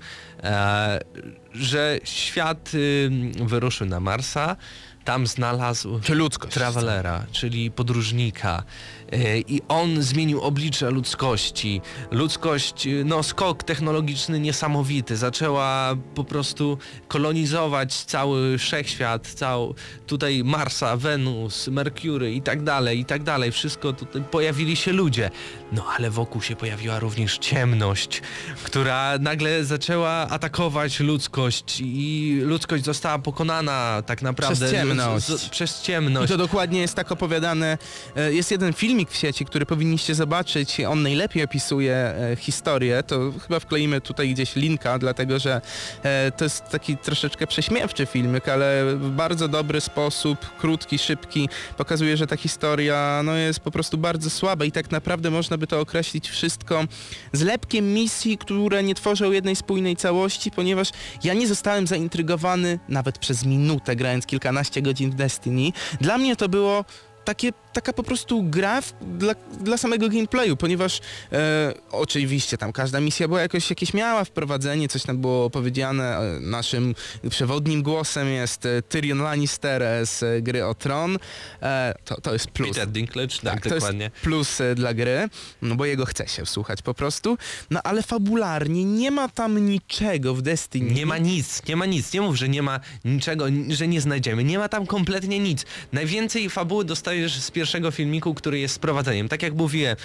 że świat wyruszył na Marsa, tam znalazł Travelera, czyli podróżnika i on zmienił oblicze ludzkości. Ludzkość, skok technologiczny niesamowity, zaczęła po prostu kolonizować cały wszechświat, tutaj Marsa, Wenus, Merkury i tak dalej, wszystko tutaj, pojawili się ludzie. No ale wokół się pojawiła również ciemność, która nagle zaczęła atakować ludzkość i ludzkość została pokonana tak naprawdę przez ciemność. I to dokładnie jest tak opowiadane. Jest jeden filmik w sieci, który powinniście zobaczyć. On najlepiej opisuje historię. To chyba wkleimy tutaj gdzieś linka, dlatego że to jest taki troszeczkę prześmiewczy filmik, ale w bardzo dobry sposób, krótki, szybki, pokazuje, że ta historia jest po prostu bardzo słaba i tak naprawdę można by to określić wszystko zlepkiem misji, które nie tworzą jednej spójnej całości, ponieważ ja nie zostałem zaintrygowany nawet przez minutę, grając kilkanaście godzin w Destiny. Dla mnie to było taka po prostu gra dla samego gameplayu, ponieważ oczywiście tam każda misja była jakieś miała wprowadzenie, coś tam było powiedziane, naszym przewodnim głosem jest Tyrion Lannister z gry o Tron, to jest plus. Peter Dinklage, tak, to dokładnie. jest plus dla gry, bo jego chce się słuchać po prostu, ale fabularnie nie ma tam niczego w Destiny. Nie ma nic, nie mów, że nie ma niczego, że nie znajdziemy, nie ma tam kompletnie nic. Najwięcej fabuły dostajesz z pierwszego filmiku, który jest sprowadzeniem. Tak jak mówiłem,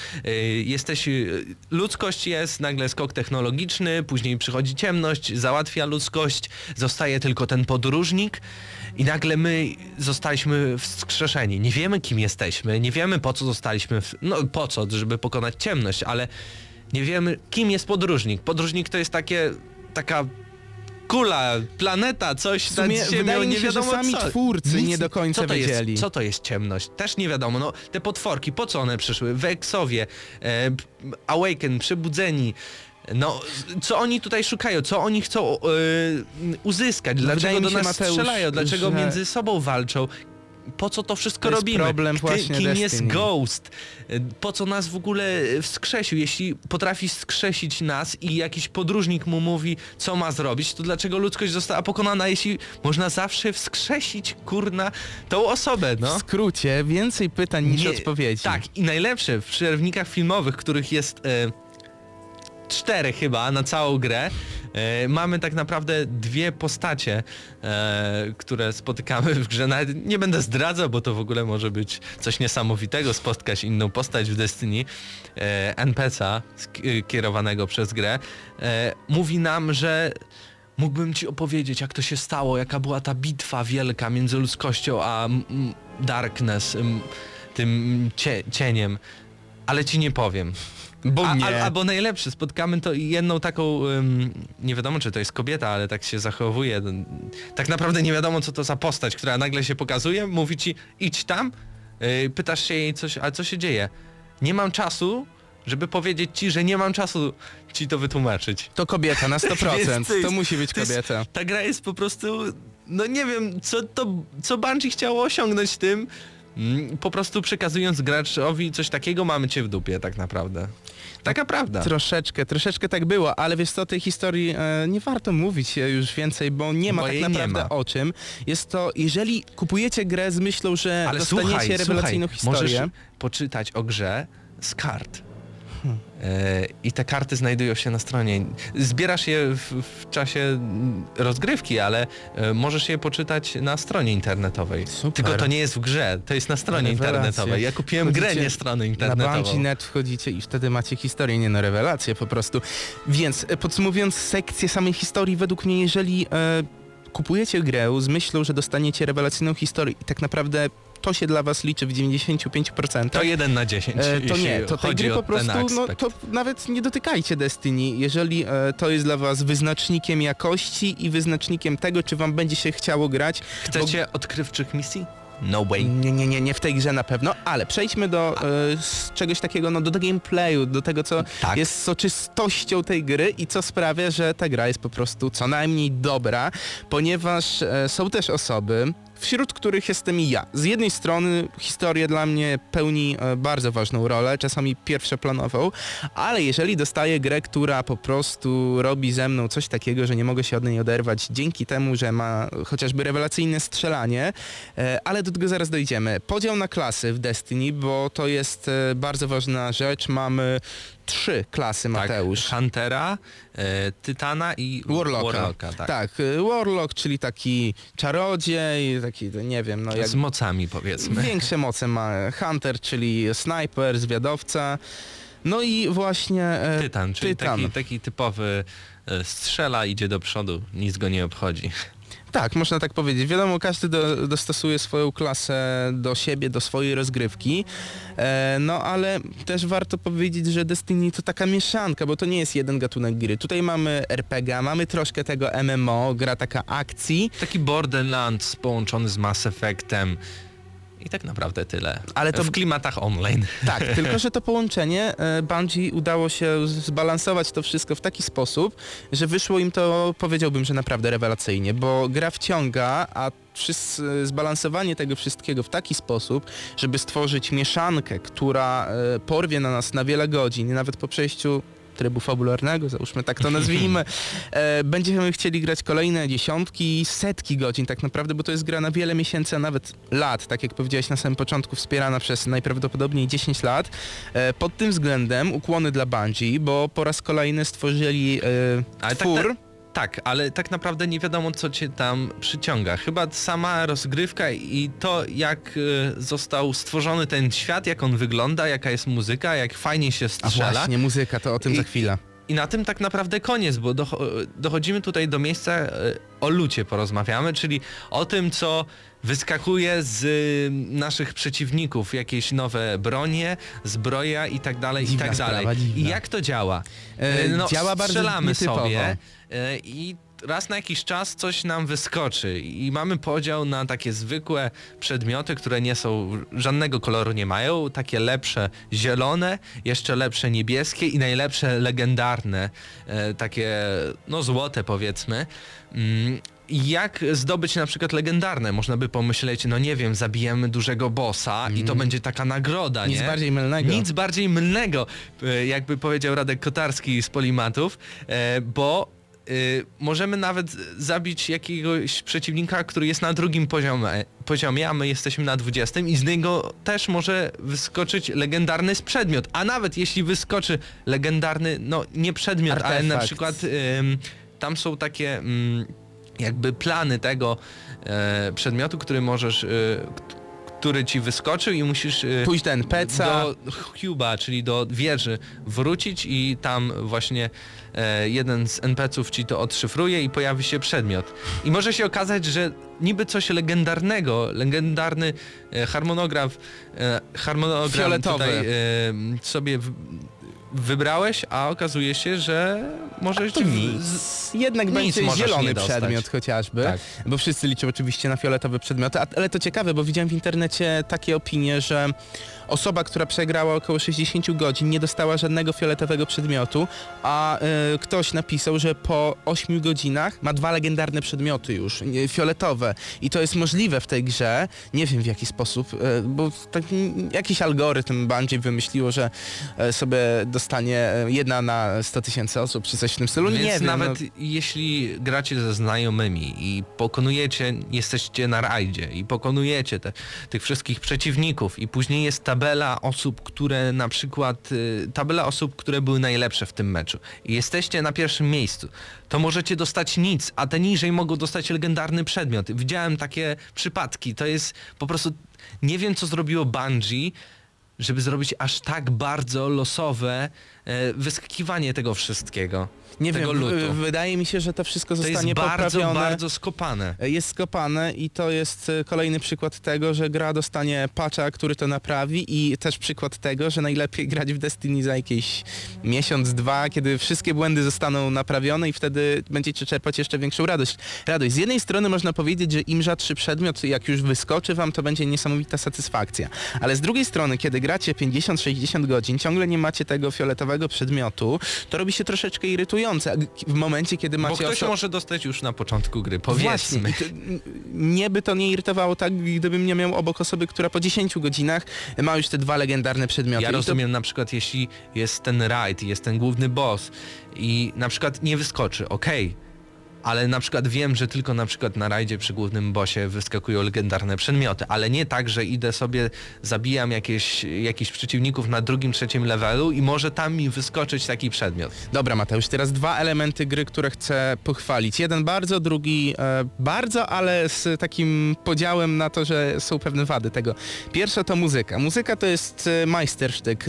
ludzkość jest, nagle skok technologiczny, później przychodzi ciemność, załatwia ludzkość, zostaje tylko ten podróżnik i nagle my zostaliśmy wskrzeszeni. Nie wiemy, kim jesteśmy, nie wiemy, po co zostaliśmy, po co, żeby pokonać ciemność, ale nie wiemy, kim jest podróżnik. Podróżnik to jest taka kula, planeta, coś nad ziemią, nie wiadomo, że sami twórcy nie do końca wiedzieli. Co to jest ciemność? Też nie wiadomo. Te potworki, po co one przyszły? Wexowie, Awaken, Przebudzeni. Co oni tutaj szukają? Co oni chcą uzyskać? Dlaczego do nas strzelają? Dlaczego między sobą walczą? Po co to wszystko robimy? Problem właśnie kim Destiny. jest Ghost? Po co nas w ogóle wskrzesił? Jeśli potrafi wskrzesić nas i jakiś podróżnik mu mówi, co ma zrobić, to dlaczego ludzkość została pokonana, jeśli można zawsze wskrzesić, tą osobę, W skrócie, więcej pytań niż odpowiedzi. Tak, i najlepsze w przerwnikach filmowych, których jest 4 chyba na całą grę. Mamy tak naprawdę 2 postacie, które spotykamy w grze. Nawet nie będę zdradzał, bo to w ogóle może być coś niesamowitego, spotkać inną postać w Destiny. NPC-a kierowanego przez grę mówi nam, że mógłbym ci opowiedzieć, jak to się stało, jaka była ta bitwa wielka między ludzkością a Darkness, tym cieniem, ale ci nie powiem. Bo nie. Albo najlepszy, spotkamy to jedną taką, nie wiadomo czy to jest kobieta, ale tak się zachowuje. Tak naprawdę nie wiadomo co to za postać, która nagle się pokazuje, mówi ci idź tam, pytasz się jej coś, ale co się dzieje? Nie mam czasu, żeby powiedzieć ci, że nie mam czasu ci to wytłumaczyć. To kobieta na 100%, to musi być kobieta. Ta gra jest po prostu, no nie wiem, co Bungie chciało osiągnąć tym, po prostu przekazując graczowi coś takiego, mamy cię w dupie tak naprawdę. Taka prawda. Troszeczkę tak było, ale wiesz co, tej historii nie warto mówić już więcej, bo nie ma tak naprawdę o czym. Jest to, jeżeli kupujecie grę z myślą, że ale dostaniecie rewelacyjną historię. Możesz poczytać o grze z kart. I te karty znajdują się na stronie. Zbierasz je w czasie rozgrywki, ale możesz je poczytać na stronie internetowej. Super. Tylko to nie jest w grze, to jest na stronie internetowej. Ja kupiłem grę, nie stronę internetową. Na Bungie.net wchodzicie i wtedy macie historię, nie no rewelację po prostu. Więc podsumowując sekcję samej historii, według mnie jeżeli kupujecie grę z myślą, że dostaniecie rewelacyjną historię i tak naprawdę to się dla was liczy w 95%. To 1 na 10. To nie, to tej gry po prostu, no to nawet nie dotykajcie Destiny, jeżeli to jest dla was wyznacznikiem jakości i wyznacznikiem tego, czy wam będzie się chciało grać. Chcecie odkrywczych misji? No way. Nie w tej grze na pewno, ale przejdźmy do czegoś takiego, no do gameplayu, do tego, co jest soczystością tej gry i co sprawia, że ta gra jest po prostu co najmniej dobra, ponieważ są też osoby, wśród których jestem i ja. Z jednej strony historia dla mnie pełni bardzo ważną rolę, czasami pierwszoplanową, ale jeżeli dostaję grę, która po prostu robi ze mną coś takiego, że nie mogę się od niej oderwać dzięki temu, że ma chociażby rewelacyjne strzelanie, ale do tego zaraz dojdziemy. Podział na klasy w Destiny, bo to jest bardzo ważna rzecz. Mamy 3 klasy, Mateusz. Tak, Huntera, Tytana i Warlocka. Tak, Warlock, czyli taki czarodziej, taki, nie wiem, no jak... Z mocami powiedzmy. Większe moce ma Hunter, czyli snajper, zwiadowca. No i właśnie Tytan, czyli taki typowy strzela, idzie do przodu, nic go nie obchodzi. Tak, można tak powiedzieć. Wiadomo, każdy dostosuje swoją klasę do siebie, do swojej rozgrywki, no ale też warto powiedzieć, że Destiny to taka mieszanka, bo to nie jest jeden gatunek gry. Tutaj mamy RPG, mamy troszkę tego MMO, gra taka akcji. Taki Borderlands połączony z Mass Effectem. I tak naprawdę tyle. Ale to w klimatach online. Tak, tylko że to połączenie Bungie udało się zbalansować to wszystko w taki sposób, że wyszło im to, powiedziałbym, że naprawdę rewelacyjnie, bo gra wciąga, a zbalansowanie tego wszystkiego w taki sposób, żeby stworzyć mieszankę, która porwie na nas na wiele godzin i nawet po przejściu trybu fabularnego, załóżmy tak to nazwijmy, będziemy chcieli grać kolejne dziesiątki, setki godzin tak naprawdę, bo to jest gra na wiele miesięcy, a nawet lat, tak jak powiedziałeś na samym początku, wspierana przez najprawdopodobniej 10 lat. Pod tym względem ukłony dla Bungie, bo po raz kolejny stworzyli twór. Tak, ale tak naprawdę nie wiadomo, co cię tam przyciąga. Chyba sama rozgrywka i to, jak został stworzony ten świat, jak on wygląda, jaka jest muzyka, jak fajnie się strzela. A właśnie, muzyka, to o tym za chwilę. I na tym tak naprawdę koniec, bo dochodzimy tutaj do miejsca, o lucie porozmawiamy, czyli o tym, co wyskakuje z naszych przeciwników, jakieś nowe bronie, zbroja i tak dalej, i tak dalej. I jak to działa? Działa bardzo strzelamy nietypowo. sobie i raz na jakiś czas coś nam wyskoczy i mamy podział na takie zwykłe przedmioty, które nie są, żadnego koloru nie mają, takie lepsze zielone, jeszcze lepsze niebieskie i najlepsze legendarne, takie no złote powiedzmy. Jak zdobyć na przykład legendarne? Można by pomyśleć, no nie wiem, zabijemy dużego bossa i to będzie taka nagroda, Nic nie? bardziej mylnego. Nic bardziej mylnego, jakby powiedział Radek Kotarski z Polimatów, bo możemy nawet zabić jakiegoś przeciwnika, który jest na drugim poziomie, a my jesteśmy na 20 i z niego też może wyskoczyć legendarny przedmiot. A nawet jeśli wyskoczy legendarny, no nie przedmiot, Artefakt. ale na przykład tam są takie jakby plany tego przedmiotu, który możesz... który ci wyskoczył i musisz pójść do NPC-a, do Cuba, czyli do wieży wrócić i tam właśnie jeden z NPC-ów ci to odszyfruje i pojawi się przedmiot. I może się okazać, że niby coś legendarnego, legendarny harmonogram fioletowy tutaj sobie wybrałeś, a okazuje się, że może to jednak będzie zielony przedmiot chociażby, tak. Bo wszyscy liczą oczywiście na fioletowe przedmioty, ale to ciekawe, bo widziałem w internecie takie opinie, że osoba, która przegrała około 60 godzin, nie dostała żadnego fioletowego przedmiotu, a ktoś napisał, że po 8 godzinach ma 2 legendarne przedmioty już, fioletowe. I to jest możliwe w tej grze, nie wiem w jaki sposób, bo tak, jakiś algorytm Bungie wymyśliło, że sobie dostanie 1 na 100 000 osób, czy coś w tym stylu, więc nie wiem. Nawet jeśli gracie ze znajomymi i pokonujecie, jesteście na rajdzie i pokonujecie tych wszystkich przeciwników i później jest tabela osób, które były najlepsze w tym meczu i jesteście na pierwszym miejscu, to możecie dostać nic, a te niżej mogą dostać legendarny przedmiot. Widziałem takie przypadki, to jest po prostu, nie wiem co zrobiło Bungie, żeby zrobić aż tak bardzo losowe wyskakiwanie tego wszystkiego. Nie tego wiem, lutu. Wydaje mi się, że to wszystko To zostanie jest poprawione. bardzo skopane. Jest skopane i to jest kolejny przykład tego, że gra dostanie patcha, który to naprawi i też przykład tego, że najlepiej grać w Destiny za jakiś miesiąc, 2, kiedy wszystkie błędy zostaną naprawione i wtedy będziecie czerpać jeszcze większą radość. Z jednej strony można powiedzieć, że im rzadszy przedmiot, jak już wyskoczy wam, to będzie niesamowita satysfakcja. Ale z drugiej strony, kiedy gracie 50-60 godzin, ciągle nie macie tego fioletowego przedmiotu, to robi się troszeczkę irytujące. W momencie, kiedy macie... Bo ktoś może dostać już na początku gry, powiedzmy. Właśnie, mnie by to nie irytowało tak, gdybym nie miał obok osoby, która po 10 godzinach ma już te 2 legendarne przedmioty. Ja rozumiem na przykład, jeśli jest ten raid, jest ten główny boss i na przykład nie wyskoczy, okej. Ale na przykład wiem, że tylko na przykład na rajdzie przy głównym bossie wyskakują legendarne przedmioty, ale nie tak, że idę sobie, zabijam jakichś przeciwników na 2., 3. levelu i może tam mi wyskoczyć taki przedmiot. Dobra Mateusz, teraz 2 elementy gry, które chcę pochwalić. Jeden bardzo, drugi bardzo, ale z takim podziałem na to, że są pewne wady tego. Pierwsza to muzyka. Muzyka to jest majstersztyk.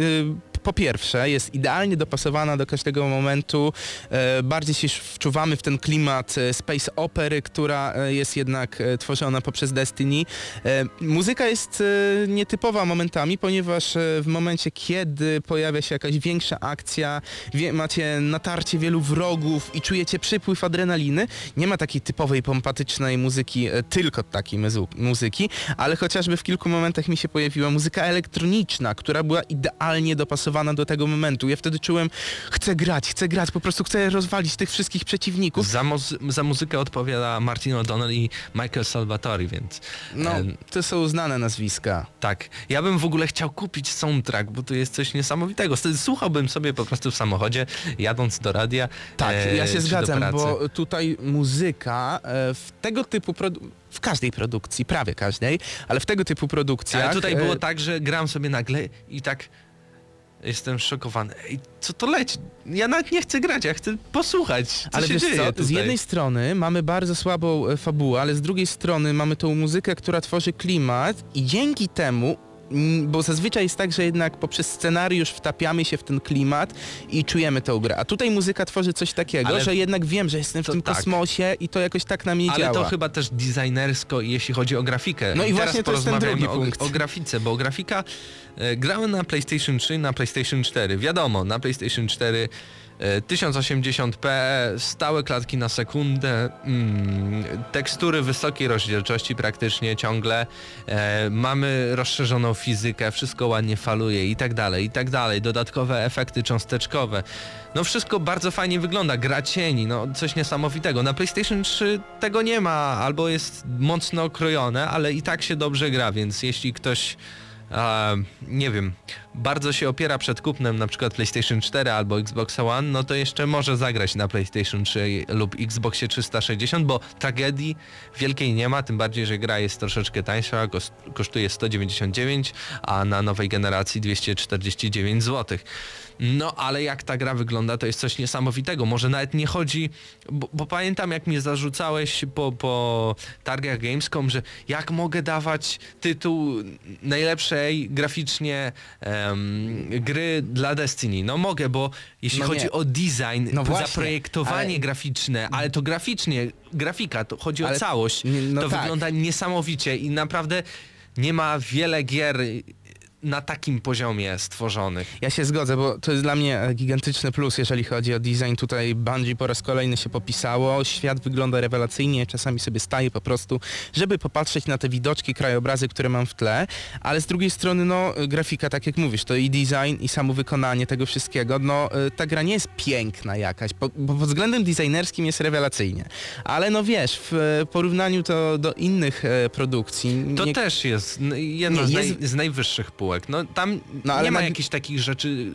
Po pierwsze, jest idealnie dopasowana do każdego momentu. Bardziej się wczuwamy w ten klimat space opery, która jest jednak tworzona poprzez Destiny. Muzyka jest nietypowa momentami, ponieważ w momencie, kiedy pojawia się jakaś większa akcja, macie natarcie wielu wrogów i czujecie przypływ adrenaliny, nie ma takiej typowej pompatycznej muzyki, tylko takiej muzyki, ale chociażby w kilku momentach mi się pojawiła muzyka elektroniczna, która była idealnie dopasowana do tego momentu. Ja wtedy czułem, chcę grać, po prostu chcę rozwalić tych wszystkich przeciwników. Za muzykę odpowiada Martin O'Donnell i Michael Salvatori, więc... to są znane nazwiska. Tak. Ja bym w ogóle chciał kupić soundtrack, bo to jest coś niesamowitego. Słuchałbym sobie po prostu w samochodzie, jadąc do radia. Tak, ja się zgadzam, bo tutaj muzyka w tego typu w każdej produkcji, prawie każdej, ale w tego typu produkcjach... Ale tutaj było tak, że gram sobie nagle i tak... Jestem szokowany. Ej, co to leci? Ja nawet nie chcę grać, ja chcę posłuchać, co ale się wiesz dzieje co? tutaj. Z jednej strony mamy bardzo słabą fabułę, ale z drugiej strony mamy tą muzykę, która tworzy klimat i dzięki temu, bo zazwyczaj jest tak, że jednak poprzez scenariusz wtapiamy się w ten klimat i czujemy tę grę. A tutaj muzyka tworzy coś takiego, że jednak wiem, że jestem w tym kosmosie i to jakoś tak na mnie działa. Ale to chyba też designersko, jeśli chodzi o grafikę. No i właśnie to jest ten drugi punkt. O grafice, bo grafika... Grałem na PlayStation 3, na PlayStation 4. Wiadomo, na PlayStation 4 1080p, stałe klatki na sekundę, tekstury wysokiej rozdzielczości praktycznie ciągle, mamy rozszerzoną fizykę, wszystko ładnie faluje i tak dalej, dodatkowe efekty cząsteczkowe. No wszystko bardzo fajnie wygląda, gra cieni, no coś niesamowitego. Na PlayStation 3 tego nie ma, albo jest mocno okrojone, ale i tak się dobrze gra, więc jeśli ktoś nie wiem, bardzo się opiera przed kupnem na przykład PlayStation 4 albo Xbox One, no to jeszcze może zagrać na PlayStation 3 lub Xboxie 360, bo tragedii wielkiej nie ma, tym bardziej, że gra jest troszeczkę tańsza, kosztuje 199, a na nowej generacji 249 zł. No ale jak ta gra wygląda, to jest coś niesamowitego. Może nawet nie chodzi, bo pamiętam jak mnie zarzucałeś po targach Gamescom, że jak mogę dawać tytuł najlepszej graficznie gry dla Destiny. No mogę, bo jeśli chodzi o design, zaprojektowanie graficzne, ale to graficznie, grafika, to chodzi o całość, to wygląda niesamowicie i naprawdę nie ma wiele gier na takim poziomie stworzonych. Ja się zgodzę, bo to jest dla mnie gigantyczny plus, jeżeli chodzi o design. Tutaj Bungie po raz kolejny się popisało. Świat wygląda rewelacyjnie, czasami sobie staję po prostu, żeby popatrzeć na te widoczki, krajobrazy, które mam w tle, ale z drugiej strony, no, grafika, tak jak mówisz, to i design, i samo wykonanie tego wszystkiego, no, ta gra nie jest piękna jakaś, bo pod względem designerskim jest rewelacyjnie. Ale no wiesz, w porównaniu to do innych produkcji... To też jest jedna z najwyższych półek. No tam nie ma jakichś takich rzeczy,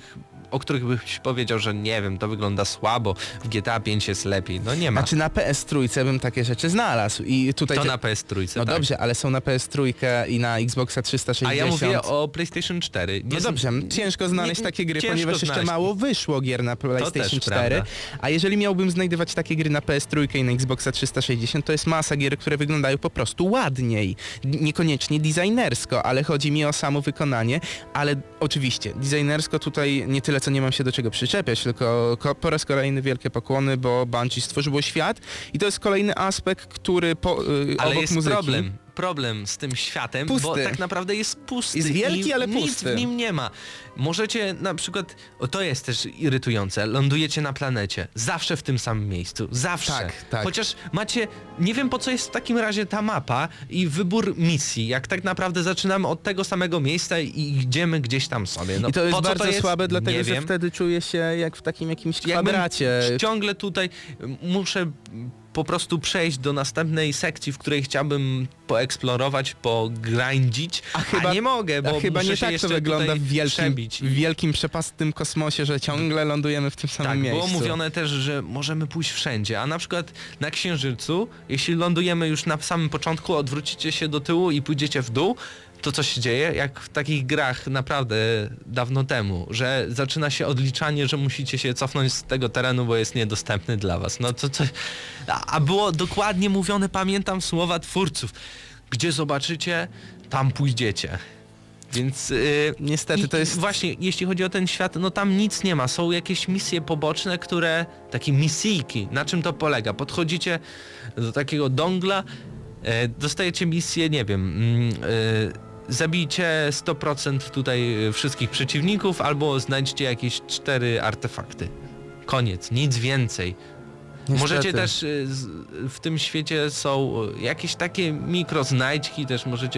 o których byś powiedział, że nie wiem, to wygląda słabo, w GTA 5 jest lepiej. No nie ma. Znaczy na PS3 bym takie rzeczy znalazł. I tutaj to na PS3, no tak. Dobrze, ale są na PS3 i na Xboxa 360. A ja mówię o PlayStation 4. No dobrze, ciężko znaleźć takie gry, ponieważ jeszcze mało wyszło gier na PlayStation 4. Prawda. A jeżeli miałbym znajdywać takie gry na PS3 i na Xboxa 360, to jest masa gier, które wyglądają po prostu ładniej. Niekoniecznie designersko, ale chodzi mi o samo wykonanie. Ale oczywiście, designersko tutaj nie tyle co nie mam się do czego przyczepiać, tylko po raz kolejny wielkie pokłony, bo Bungie stworzyło świat i to jest kolejny aspekt, który ale obok jest muzyki... problem z tym światem, pusty. Bo tak naprawdę jest pusty. Jest wielki, ale pusty. Nic w nim nie ma. Możecie na przykład, to jest też irytujące, lądujecie na planecie, zawsze w tym samym miejscu, zawsze. Tak. Chociaż macie, nie wiem po co jest w takim razie ta mapa i wybór misji, jak tak naprawdę zaczynamy od tego samego miejsca i idziemy gdzieś tam sobie. No, i to jest bardzo słabe, dlatego że wiem. wtedy czuję się jak w takim jakimś kwadracie. Ciągle tutaj muszę po prostu przejść do następnej sekcji, w której chciałbym poeksplorować, pogrindzić, a nie mogę, bo chyba muszę nie się tak jeszcze to wygląda w wielkim przepastnym kosmosie, że ciągle lądujemy w tym samym miejscu. Tak, było mówione też, że możemy pójść wszędzie, a na przykład na Księżycu, jeśli lądujemy już na samym początku, odwrócicie się do tyłu i pójdziecie w dół, to co się dzieje, jak w takich grach naprawdę dawno temu, że zaczyna się odliczanie, że musicie się cofnąć z tego terenu, bo jest niedostępny dla was. No to a było dokładnie mówione, pamiętam słowa twórców, gdzie zobaczycie, tam pójdziecie. Więc niestety to jest... Właśnie, jeśli chodzi o ten świat, no tam nic nie ma. Są jakieś misje poboczne, takie misyjki. Na czym to polega? Podchodzicie do takiego dongla, dostajecie misję, nie wiem, zabijcie 100% tutaj wszystkich przeciwników albo znajdźcie jakieś 4 artefakty. Koniec, nic więcej. Niestety. Możecie też, w tym świecie są jakieś takie mikroznajdźki, też możecie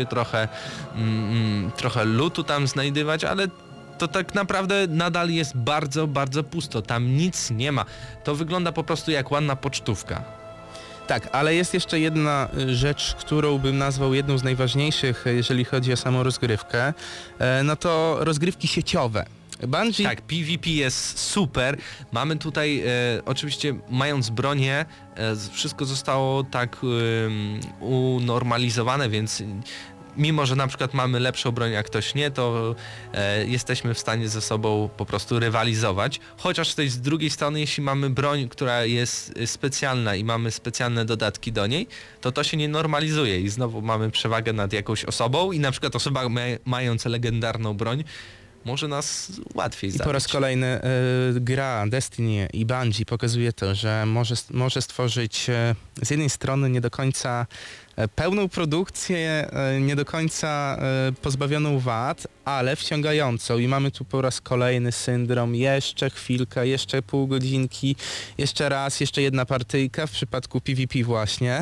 trochę lootu tam znajdywać, ale to tak naprawdę nadal jest bardzo, bardzo pusto. Tam nic nie ma. To wygląda po prostu jak ładna pocztówka. Tak, ale jest jeszcze jedna rzecz, którą bym nazwał jedną z najważniejszych, jeżeli chodzi o samą rozgrywkę, no to rozgrywki sieciowe. Bungie... Tak, PvP jest super. Mamy tutaj, oczywiście mając bronię, wszystko zostało tak unormalizowane, więc mimo, że na przykład mamy lepszą broń, a ktoś nie, to jesteśmy w stanie ze sobą po prostu rywalizować. Chociaż też z drugiej strony, jeśli mamy broń, która jest specjalna i mamy specjalne dodatki do niej, to się nie normalizuje i znowu mamy przewagę nad jakąś osobą i na przykład osoba mająca legendarną broń może nas łatwiej zabić. I po raz kolejny gra Destiny i Bungie pokazuje to, że może stworzyć z jednej strony nie do końca pełną produkcję, nie do końca pozbawioną wad, ale wciągającą i mamy tu po raz kolejny syndrom, jeszcze chwilkę, jeszcze pół godzinki, jeszcze raz, jeszcze jedna partyjka w przypadku PvP właśnie.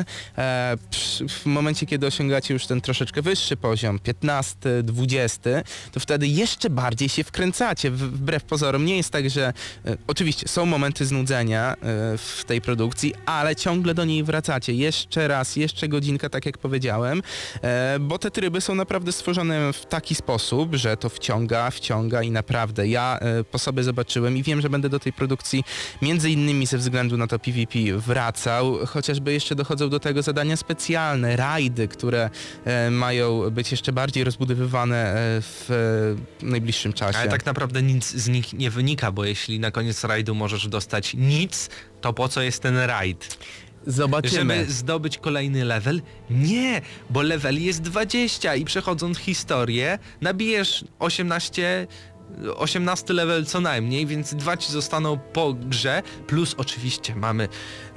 W momencie, kiedy osiągacie już ten troszeczkę wyższy poziom, 15, 20, to wtedy jeszcze bardziej się wkręcacie, wbrew pozorom. Nie jest tak, że oczywiście są momenty znudzenia w tej produkcji, ale ciągle do niej wracacie. Jeszcze raz, jeszcze godzinka, ciężka, tak jak powiedziałem, bo te tryby są naprawdę stworzone w taki sposób, że to wciąga i naprawdę ja po sobie zobaczyłem i wiem, że będę do tej produkcji między innymi ze względu na to PvP wracał, chociażby jeszcze dochodzą do tego zadania specjalne, rajdy, które mają być jeszcze bardziej rozbudowywane w najbliższym czasie. Ale tak naprawdę nic z nich nie wynika, bo jeśli na koniec rajdu możesz dostać nic, to po co jest ten rajd? Zobaczymy. Żeby zdobyć kolejny level? Nie, bo leveli jest 20 i przechodząc historię nabijesz 18 level co najmniej, więc 2 ci zostaną po grze, plus oczywiście mamy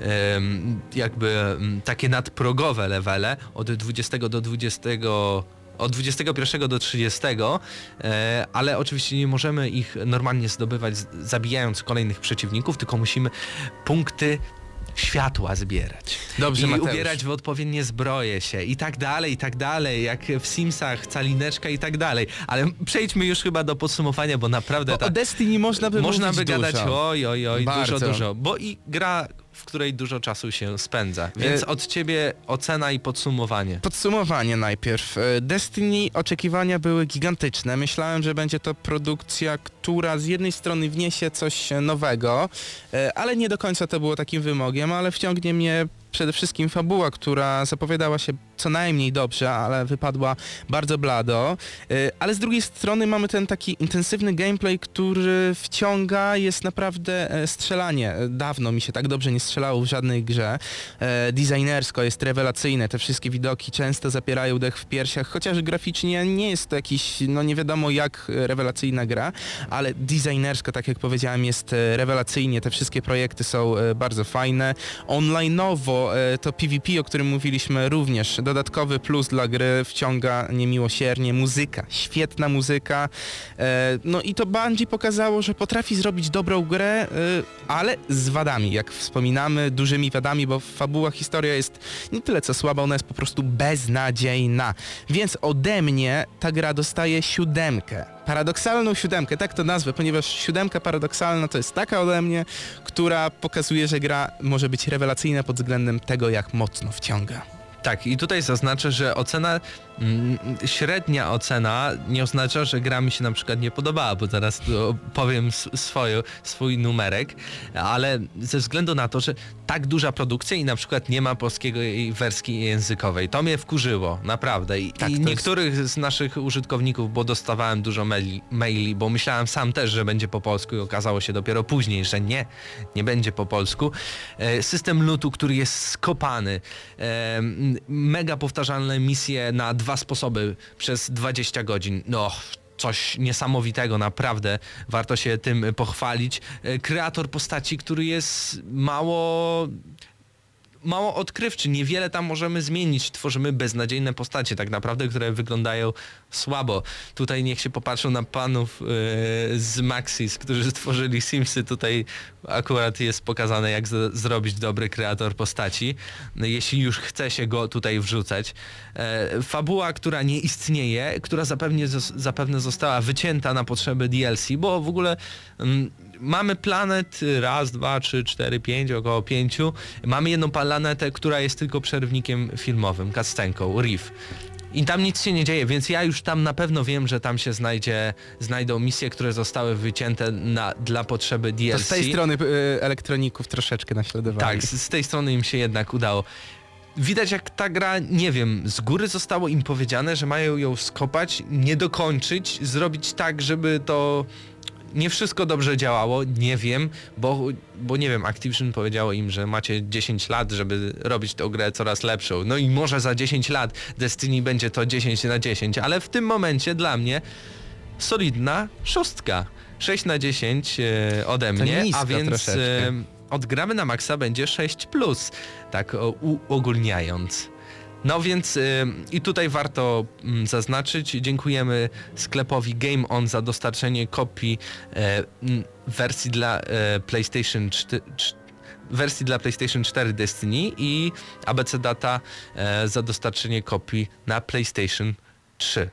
takie nadprogowe levele od 20 do 20, od 21 do 30, ale oczywiście nie możemy ich normalnie zdobywać zabijając kolejnych przeciwników, tylko musimy punkty światła zbierać. Dobrze, i Mateusz. ubierać w odpowiednie zbroje się i tak dalej, jak w Simsach, calineczka i tak dalej. Ale przejdźmy już chyba do podsumowania, bo naprawdę o Destiny można by gadać dużo. oj, Bardzo. dużo, bo i gra, w której dużo czasu się spędza. Więc od ciebie ocena i podsumowanie. Podsumowanie najpierw. Destiny oczekiwania były gigantyczne. Myślałem, że będzie to produkcja, która z jednej strony wniesie coś nowego, ale nie do końca to było takim wymogiem, ale wciągnie mnie przede wszystkim fabuła, która zapowiadała się co najmniej dobrze, ale wypadła bardzo blado. Ale z drugiej strony mamy ten taki intensywny gameplay, który wciąga, jest naprawdę strzelanie. Dawno mi się tak dobrze nie strzelało w żadnej grze. Designersko jest rewelacyjne, te wszystkie widoki często zapierają dech w piersiach, chociaż graficznie nie jest to jakiś, no nie wiadomo jak rewelacyjna gra, ale designersko, tak jak powiedziałem, jest rewelacyjnie, te wszystkie projekty są bardzo fajne. Online'owo to PvP, o którym mówiliśmy, również dodatkowy plus dla gry, wciąga niemiłosiernie. Muzyka, świetna muzyka. No i to Bungie pokazało, że potrafi zrobić dobrą grę, ale z wadami, jak wspominamy, dużymi wadami, bo fabuła, historia jest nie tyle co słaba, ona jest po prostu beznadziejna. Więc ode mnie ta gra dostaje 7. Paradoksalną 7, tak to nazwę, ponieważ 7 paradoksalna to jest taka ode mnie, która pokazuje, że gra może być rewelacyjna pod względem tego, jak mocno wciąga. Tak, i tutaj zaznaczę, że ocena, średnia ocena nie oznacza, że gra mi się na przykład nie podobała, bo zaraz tu powiem swój numerek, ale ze względu na to, że tak duża produkcja i na przykład nie ma polskiej wersji językowej, to mnie wkurzyło, naprawdę. I niektórych z naszych użytkowników, bo dostawałem dużo maili, bo myślałem sam też, że będzie po polsku i okazało się dopiero później, że nie będzie po polsku. System lootu, który jest skopany, mega powtarzalne misje na 2 sposoby przez 20 godzin. No, coś niesamowitego, naprawdę. Warto się tym pochwalić. Kreator postaci, który jest mało odkrywczy, niewiele tam możemy zmienić. Tworzymy beznadziejne postacie tak naprawdę, które wyglądają słabo. Tutaj niech się popatrzą na panów z Maxis, którzy stworzyli Simsy. Tutaj akurat jest pokazane, jak zrobić dobry kreator postaci, jeśli już chce się go tutaj wrzucać. Fabuła, która nie istnieje, która zapewne została wycięta na potrzeby DLC, bo w ogóle mamy planet 1, 2, 3, 4, 5, około 5. Mamy jedną planetę, która jest tylko przerwnikiem filmowym, cutscenką, Reef. I tam nic się nie dzieje, więc ja już tam na pewno wiem, że tam się znajdą misje, które zostały wycięte dla potrzeby DLC. To z tej strony elektroników troszeczkę naśladowali. Tak, z tej strony im się jednak udało. Widać, jak ta gra, nie wiem, z góry zostało im powiedziane, że mają ją skopać, nie dokończyć, zrobić tak, żeby to nie wszystko dobrze działało, nie wiem, bo nie wiem, Activision powiedziało im, że macie 10 lat, żeby robić tę grę coraz lepszą. No i może za 10 lat Destiny będzie to 10/10, ale w tym momencie dla mnie solidna 6. 6/10 ode mnie, a więc od Gramy na Maxa będzie 6+, tak uogólniając. No więc i tutaj warto zaznaczyć, dziękujemy sklepowi Game On za dostarczenie kopii wersji dla PlayStation 4 Destiny i ABC Data za dostarczenie kopii na PlayStation 3.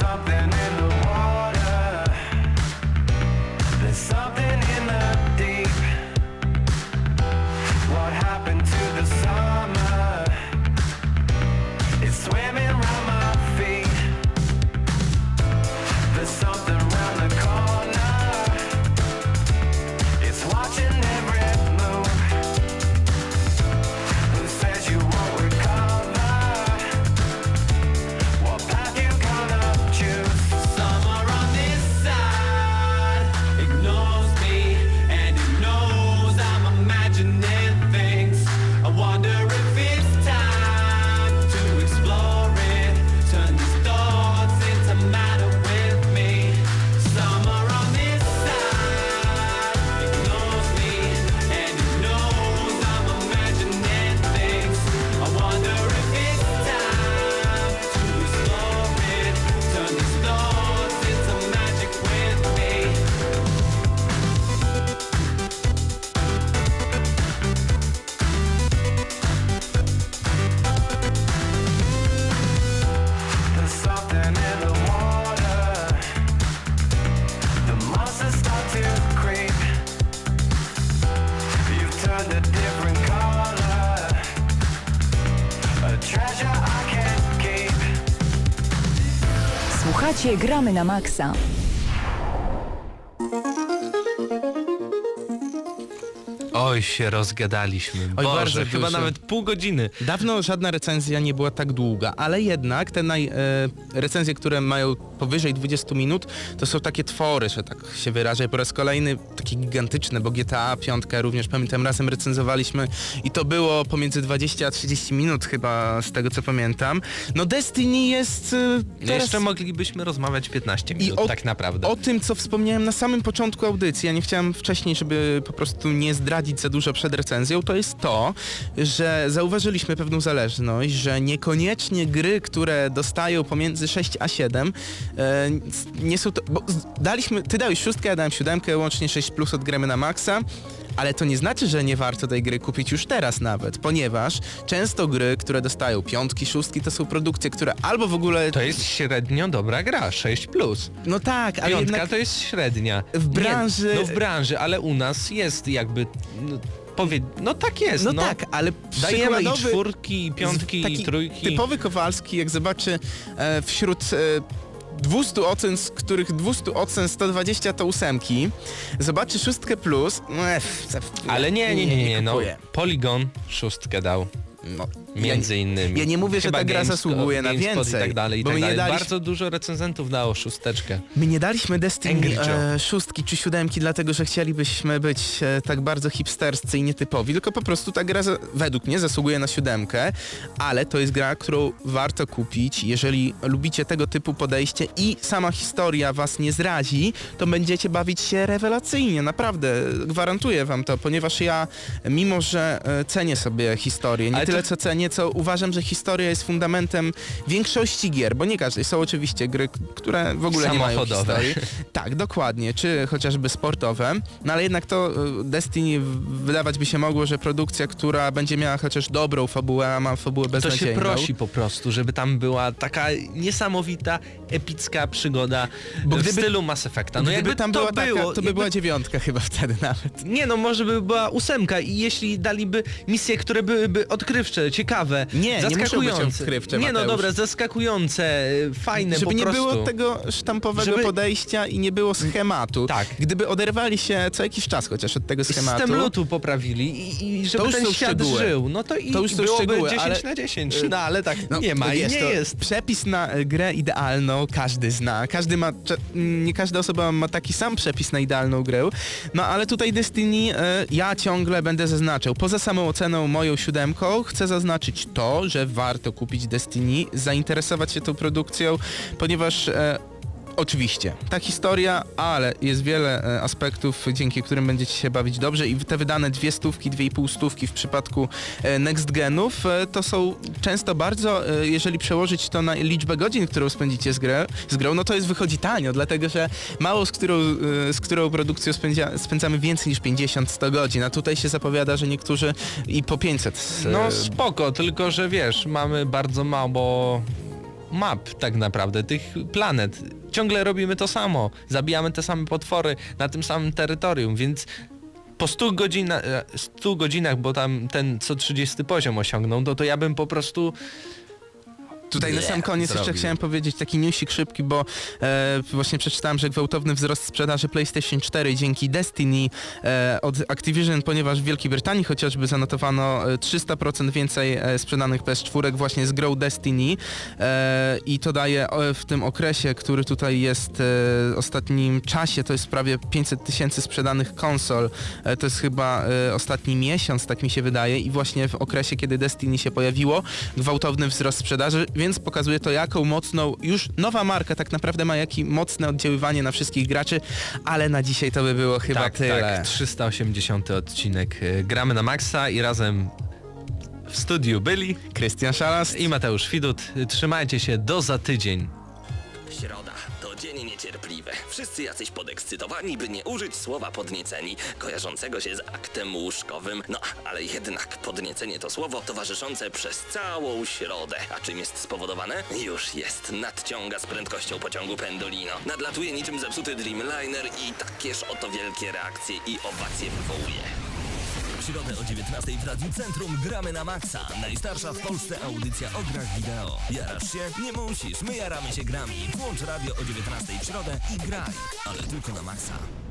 something in the water. There's something in the deep. What happened to the summer? It's swimming around my feet. There's something round the corner. It's watching every move. Who says you won't recover? What path you gonna choose? Summer on this side ignores me, and it knows I'm imagining things. I wonder if it's time to explore it. Turn these thoughts into matter with me. Summer on this side ignores me, and it knows I'm imagining things. I wonder if it's time to explore it. Turn these thoughts into magic with me. There's something in the water. The monsters start to creep. You've turned a different color. A treasure I can't keep. Słuchacie Gramy na Maxa. Oj, się rozgadaliśmy. Oj, Boże, bardzo chyba dużo. nawet pół godziny. Dawno żadna recenzja nie była tak długa, ale jednak te recenzje, które mają powyżej 20 minut, to są takie twory, że tak się wyrażę. Po raz kolejny takie gigantyczne, bo GTA 5 również pamiętam razem recenzowaliśmy i to było pomiędzy 20 a 30 minut chyba, z tego co pamiętam. No Destiny jest teraz... Jeszcze moglibyśmy rozmawiać 15 minut, tak naprawdę. O tym, co wspomniałem na samym początku audycji, ja nie chciałem wcześniej, żeby po prostu nie zdradzić za dużo przed recenzją, to jest to, że zauważyliśmy pewną zależność, że niekoniecznie gry, które dostają pomiędzy 6 a 7, nie są to... Bo ty dałeś 6, ja dałem 7, łącznie 6+ od Gramy na Maxa, ale to nie znaczy, że nie warto tej gry kupić już teraz nawet, ponieważ często gry, które dostają 5, 6, to są produkcje, które albo w ogóle... To jest średnio dobra gra, 6+. No tak, ale 5 jednak to jest średnia. w branży... No w branży, ale u nas jest jakby... No tak jest, No tak, ale dajemy i przykładowy 4, i 5, i taki 3. typowy Kowalski, jak zobaczy wśród 200 ocen, z których 200 ocen 120 to 8, zobaczy 6+, Ale nie, no kupuję. Polygon 6 dał. No, Między innymi. Ja nie mówię, że Chyba ta gra GameSpot zasługuje na i więcej. tak dalej, i bo tak my dalej. nie daliśmy, Bardzo dużo recenzentów dało 6. my nie daliśmy Destiny Angry Joe. 6 czy 7, dlatego że chcielibyśmy być tak bardzo hipsterscy i nietypowi, tylko po prostu ta gra według mnie zasługuje na 7, ale to jest gra, którą warto kupić. Jeżeli lubicie tego typu podejście i sama historia was nie zrazi, to będziecie bawić się rewelacyjnie, naprawdę, gwarantuję wam to, ponieważ ja, mimo że cenię sobie historię, nie Ale tyle to- co cenię, co uważam, że historia jest fundamentem większości gier, bo nie każdej. Są oczywiście gry, które w ogóle nie mają Samochodowe. historii. Tak, dokładnie, czy chociażby sportowe, no ale jednak to Destiny wydawać by się mogło, że produkcja, która będzie miała chociaż dobrą fabułę, a ma fabułę To się beznadziejną. prosi po prostu, żeby tam była taka niesamowita, epicka przygoda Bo w gdyby- stylu Mass Effecta. No Gdyby jakby tam to była taka, było, to by była 9 chyba wtedy nawet. Nie no, może by była 8 i jeśli daliby misje, które byłyby odkrywcze, ciekawe, Nie muszą być zaskakujące. odkrywcze, Nie no Mateusz. dobra, zaskakujące, fajne Żeby po nie prostu. było tego sztampowego Żeby- podejścia i nie było schematu. Tak. Gdyby oderwali się co jakiś czas chociaż od tego schematu. System lutu poprawili i To żeby już ten są świat szczegóły. żył, no to i To już są byłoby szczegóły, 10 ale- na 10. No ale tak nie ma to i wiesz, nie to jest. Przepis na grę idealną każdy zna. Nie każda osoba ma taki sam przepis na idealną grę. No ale tutaj Destiny ja ciągle będę zaznaczał. Poza samą oceną moją 7 chcę zaznaczyć to, że warto kupić Destiny, zainteresować się tą produkcją, ponieważ oczywiście, ta historia, ale jest wiele aspektów, dzięki którym będziecie się bawić dobrze i te wydane 200, 2,5 stówki w przypadku next genów, to są często bardzo, jeżeli przełożyć to na liczbę godzin, którą spędzicie z grą, no to wychodzi tanio, dlatego że mało z którą produkcją spędzamy więcej niż 50-100 godzin, a tutaj się zapowiada, że niektórzy i po 500. No spoko, tylko że wiesz, mamy bardzo mało map tak naprawdę, tych planet. Ciągle robimy to samo, zabijamy te same potwory na tym samym terytorium, więc po 100 godzinach, bo tam ten co 30 poziom osiągnął, to ja bym po prostu... Tutaj na sam koniec jeszcze chciałem powiedzieć taki newsik szybki, bo właśnie przeczytałem, że gwałtowny wzrost sprzedaży PlayStation 4 dzięki Destiny od Activision, ponieważ w Wielkiej Brytanii chociażby zanotowano 300% więcej sprzedanych PS4 właśnie z grą Destiny i to daje w tym okresie, który tutaj jest w ostatnim czasie, to jest prawie 500 tysięcy sprzedanych konsol. To jest chyba ostatni miesiąc, tak mi się wydaje, i właśnie w okresie, kiedy Destiny się pojawiło, gwałtowny wzrost sprzedaży, więc pokazuje to, jaką mocną, już nowa marka tak naprawdę ma jakie mocne oddziaływanie na wszystkich graczy, ale na dzisiaj to by było chyba tyle. Tak, 380 odcinek Gramy na Maxa i razem w studiu byli Krystian Szalas i Mateusz Widut. Trzymajcie się, do za tydzień. Środa to dzień niecierpliwy. Wszyscy jacyś podekscytowani, by nie użyć słowa podnieceni, kojarzącego się z aktem łóżkowym. No, ale jednak podniecenie to słowo towarzyszące przez całą środę. A czym jest spowodowane? Już jest. Nadciąga z prędkością pociągu Pendolino. Nadlatuje niczym zepsuty Dreamliner i takież oto wielkie reakcje i owacje wywołuje. W środę o 19 w Radiu Centrum gramy na maksa. Najstarsza w Polsce audycja o grach wideo. Jarasz się? Nie musisz. My jaramy się grami. Włącz radio o 19 w środę i graj. Ale tylko na maksa.